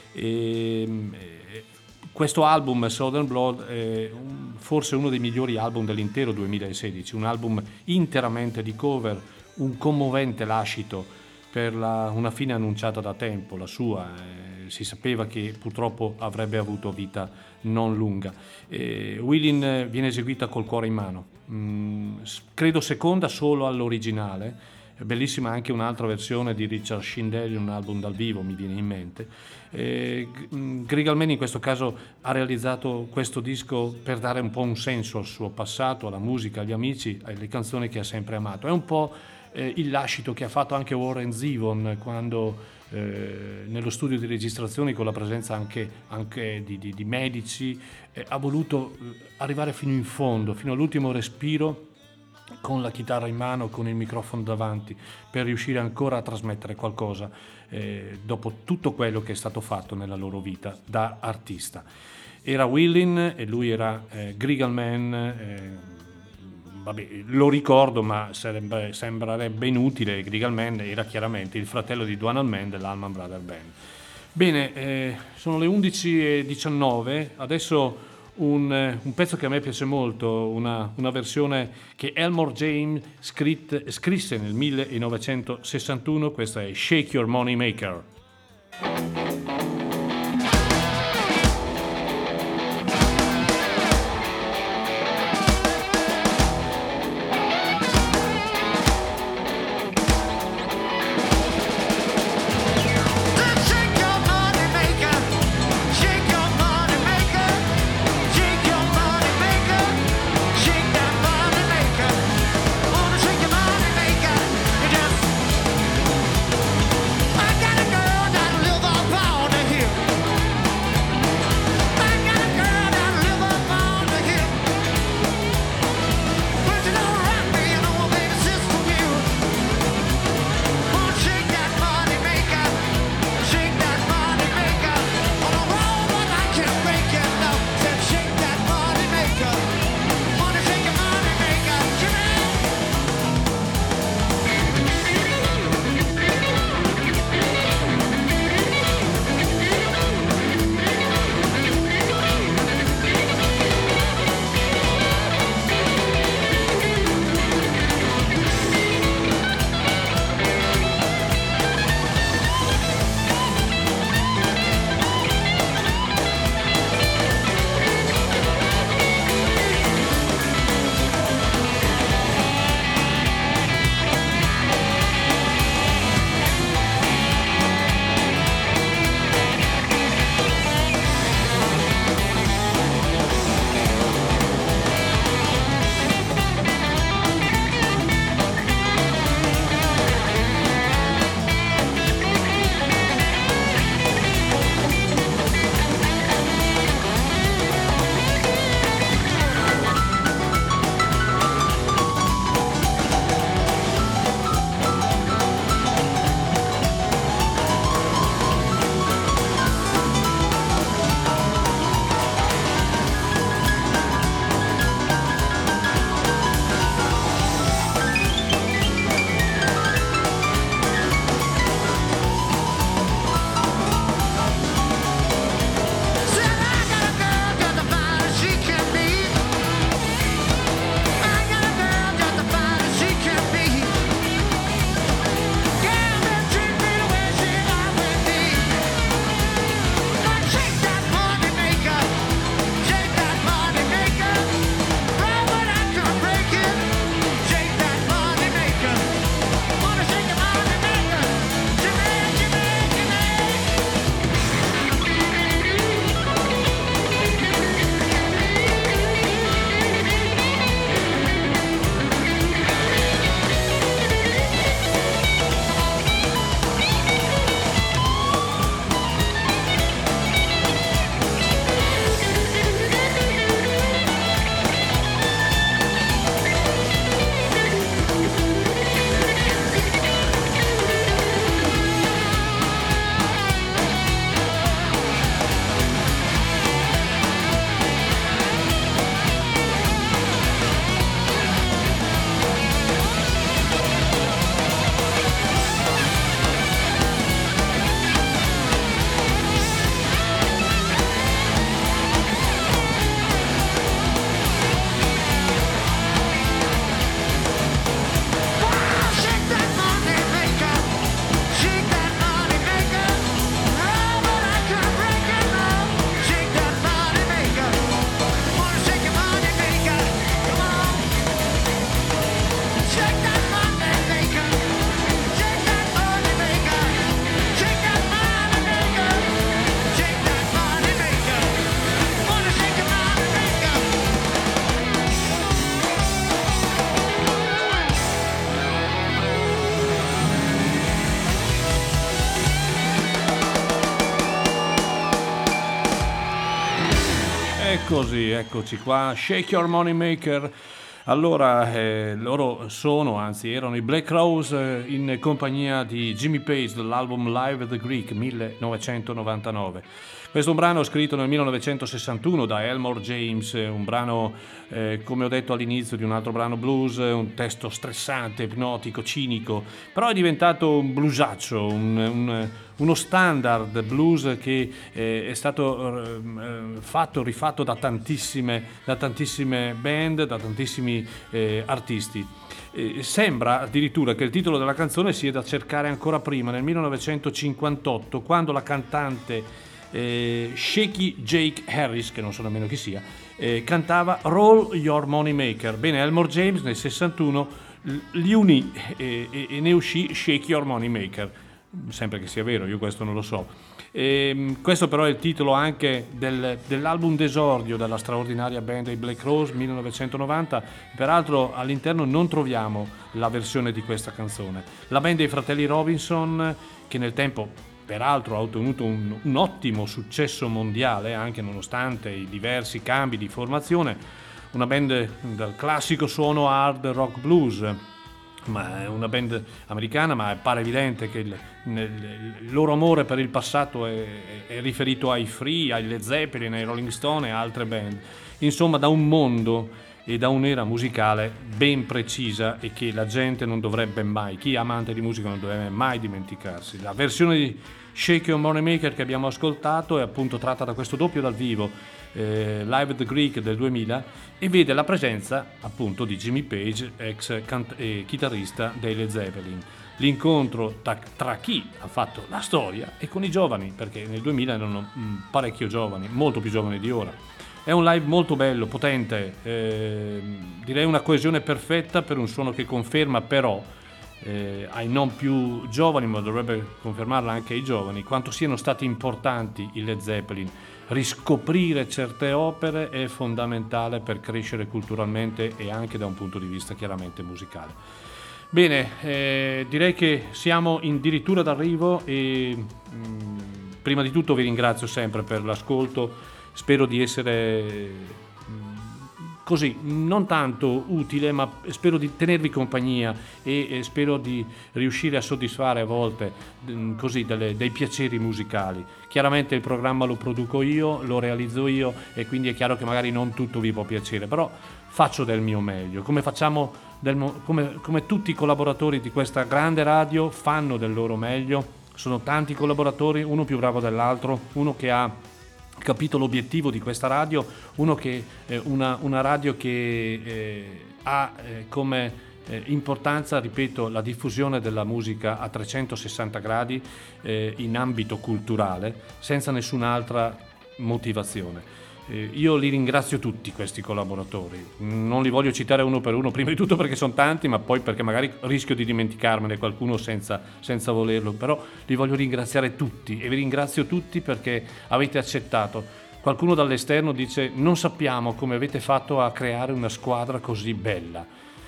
E, e, questo album Southern Blood è un, forse uno dei migliori album dell'intero duemilasedici, un album interamente di cover, un commovente lascito per la, una fine annunciata da tempo, la sua. Eh, si sapeva che purtroppo avrebbe avuto vita non lunga. Eh, Willing viene eseguita col cuore in mano, mm, credo seconda solo all'originale. È bellissima anche un'altra versione di Richard Shindell, un album dal vivo mi viene in mente. Eh, Grigal Man in questo caso ha realizzato questo disco per dare un po' un senso al suo passato, alla musica, agli amici, alle canzoni che ha sempre amato. È un po' eh, il lascito che ha fatto anche Warren Zevon quando eh, nello studio di registrazioni, con la presenza anche, anche di, di, di medici, eh, ha voluto arrivare fino in fondo, fino all'ultimo respiro, con la chitarra in mano, con il microfono davanti, per riuscire ancora a trasmettere qualcosa eh, dopo tutto quello che è stato fatto nella loro vita da artista. Era Willing e lui era eh, Grigal Man, eh, vabbè, lo ricordo, ma sarebbe, sembrerebbe inutile. Grigal Man era chiaramente il fratello di Donald Mann dell'Allman Brothers Band. Bene, eh, sono le undici e diciannove, adesso Un, un pezzo che a me piace molto, una, una versione che Elmore James scritte, scrisse nel millenovecentosessantuno, questa è Shake Your Money Maker. I got a girl that'll live off Così, eccoci qua, Shake Your Money Maker. Allora, eh, loro sono, anzi erano i Black Crowes eh, in compagnia di Jimmy Page dell'album Live at the Greek millenovecentonovantanove. Questo è un brano scritto nel millenovecentosessantuno da Elmore James, un brano, eh, come ho detto all'inizio, di un altro brano blues, un testo stressante, ipnotico, cinico, però è diventato un bluesaccio, un, un, uno standard blues che eh, è stato eh, fatto, rifatto da tantissime, da tantissime band, da tantissimi eh, artisti. Eh, sembra addirittura che il titolo della canzone sia da cercare ancora prima, nel millenovecentocinquantotto, quando la cantante Eh, Shaky Jake Harris, che non so nemmeno chi sia, eh, cantava Roll Your Money Maker. Bene, Elmore James nel sessantuno li unì e, e, e ne uscì Shake Your Money Maker, sempre che sia vero, io questo non lo so. E, questo però è il titolo anche del, dell'album d'esordio della straordinaria band dei Black Crowes millenovecentonovanta. Peraltro all'interno non troviamo la versione di questa canzone. La band dei fratelli Robinson, che nel tempo peraltro ha ottenuto un, un ottimo successo mondiale, anche nonostante i diversi cambi di formazione, una band dal classico suono hard rock blues, ma è una band americana, ma pare evidente che il, il loro amore per il passato è, è riferito ai Free, ai Led Zeppelin, ai Rolling Stone e altre band. Insomma, da un mondo e da un'era musicale ben precisa e che la gente non dovrebbe mai, chi è amante di musica non dovrebbe mai dimenticarsi. La versione di Shake Your Money Maker che abbiamo ascoltato è appunto tratta da questo doppio dal vivo eh, Live at the Greek del duemila e vede la presenza appunto di Jimmy Page, ex cant- eh, chitarrista dei Led Zeppelin. L'incontro tra, tra chi ha fatto la storia e con i giovani, perché nel duemila erano mh, parecchio giovani, molto più giovani di ora. È un live molto bello, potente, eh, direi una coesione perfetta per un suono che conferma però eh, ai non più giovani, ma dovrebbe confermarla anche ai giovani, quanto siano stati importanti i Led Zeppelin. Riscoprire certe opere è fondamentale per crescere culturalmente e anche da un punto di vista chiaramente musicale. Bene, eh, direi che siamo addirittura d'arrivo e mh, prima di tutto vi ringrazio sempre per l'ascolto. Spero di essere così, non tanto utile, ma spero di tenervi compagnia e, e spero di riuscire a soddisfare a volte così delle, dei piaceri musicali. Chiaramente il programma lo produco io, lo realizzo io e quindi è chiaro che magari non tutto vi può piacere, però faccio del mio meglio, come facciamo del, come, come tutti i collaboratori di questa grande radio fanno del loro meglio. Sono tanti collaboratori, uno più bravo dell'altro, uno che ha capito l'obiettivo di questa radio, uno che eh, una, una radio che eh, ha eh, come eh, importanza, ripeto, la diffusione della musica a trecentosessanta gradi eh, in ambito culturale, senza nessun'altra motivazione. Eh, io li ringrazio tutti questi collaboratori, non li voglio citare uno per uno, prima di tutto perché sono tanti, ma poi perché magari rischio di dimenticarmene qualcuno senza, senza volerlo, però li voglio ringraziare tutti e vi ringrazio tutti perché avete accettato. Qualcuno dall'esterno dice: non sappiamo come avete fatto a creare una squadra così bella.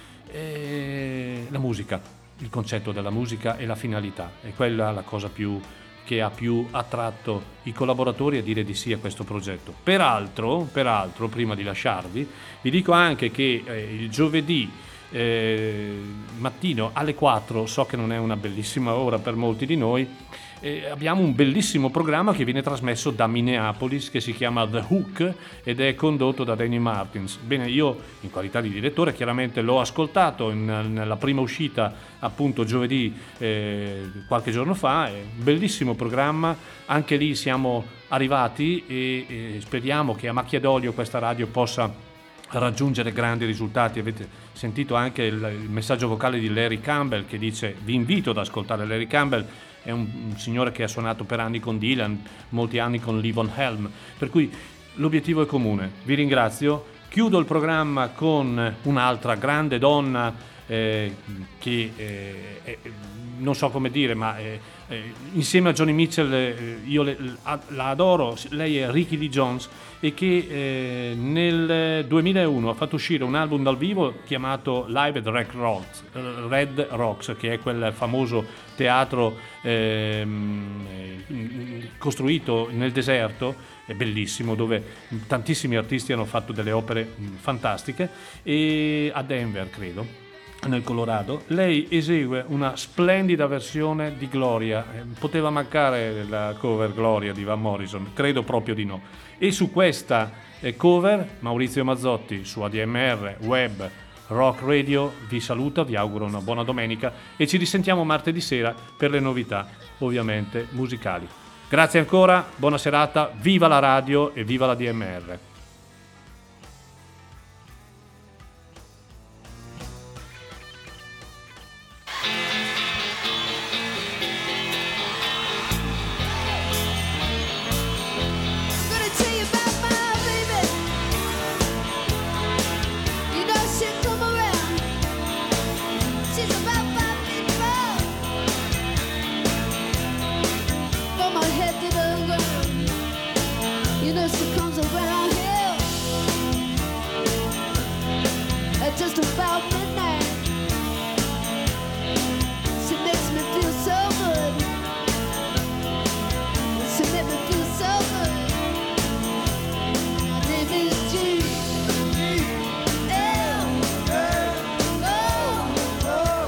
E la musica, il concetto della musica e la finalità, è quella la cosa più che ha più attratto i collaboratori a dire di sì a questo progetto. Peraltro, peraltro prima di lasciarvi, vi dico anche che eh, il giovedì eh, mattino alle quattro, so che non è una bellissima ora per molti di noi, eh, abbiamo un bellissimo programma che viene trasmesso da Minneapolis che si chiama The Hook ed è condotto da Danny Martins. Bene, io in qualità di direttore chiaramente l'ho ascoltato in, nella prima uscita appunto giovedì eh, qualche giorno fa, è un bellissimo programma, anche lì siamo arrivati e, e speriamo che a macchia d'olio questa radio possa raggiungere grandi risultati. Avete sentito anche il, il messaggio vocale di Larry Campbell che dice: vi invito ad ascoltare Larry Campbell, è un, un signore che ha suonato per anni con Dylan, molti anni con Levon Helm, per cui l'obiettivo è comune. Vi ringrazio, chiudo il programma con un'altra grande donna eh, che eh, eh, non so come dire, ma eh, eh, insieme a Joni Mitchell eh, io le, la adoro. Lei è Ricky Lee Jones, e che eh, nel duemilauno ha fatto uscire un album dal vivo chiamato Live at Red Rocks, Red Rocks, che è quel famoso teatro ehm, costruito nel deserto, è bellissimo, dove tantissimi artisti hanno fatto delle opere fantastiche, e a Denver credo, nel Colorado. Lei esegue una splendida versione di Gloria. Poteva mancare la cover Gloria di Van Morrison? Credo proprio di no. E su questa cover Maurizio Mazzotti su A D M R Web Rock Radio vi saluta, vi auguro una buona domenica e ci risentiamo martedì sera per le novità ovviamente musicali. Grazie ancora, buona serata, viva la radio e viva la D M R. Just about midnight, she makes me feel so good. She makes me feel so good. My name is G. L. O. O.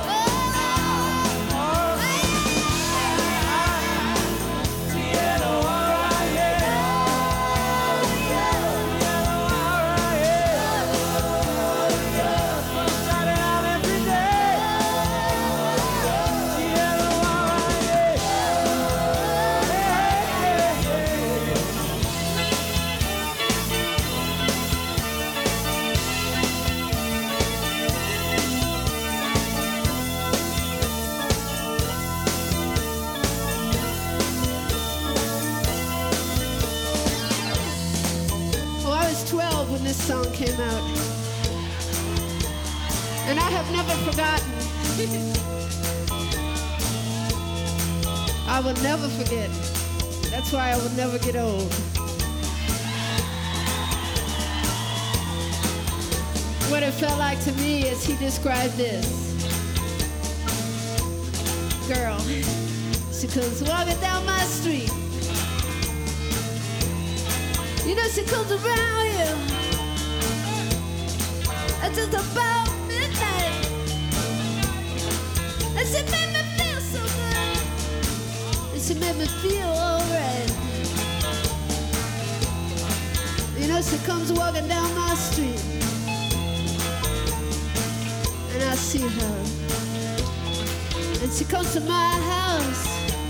When this song came out, and I have never forgotten. I will never forget. That's why I will never get old. What it felt like to me as he described this girl. She comes walking down my street. You know she comes around here at just about midnight, and she made me feel so good, and she made me feel alright. You know she comes walking down my street, and I see her, and she comes to my house.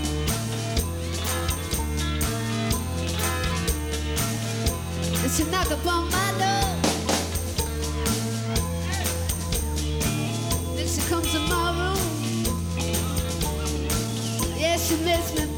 And she knock upon my door. Then she comes to my room. Yeah, she makes me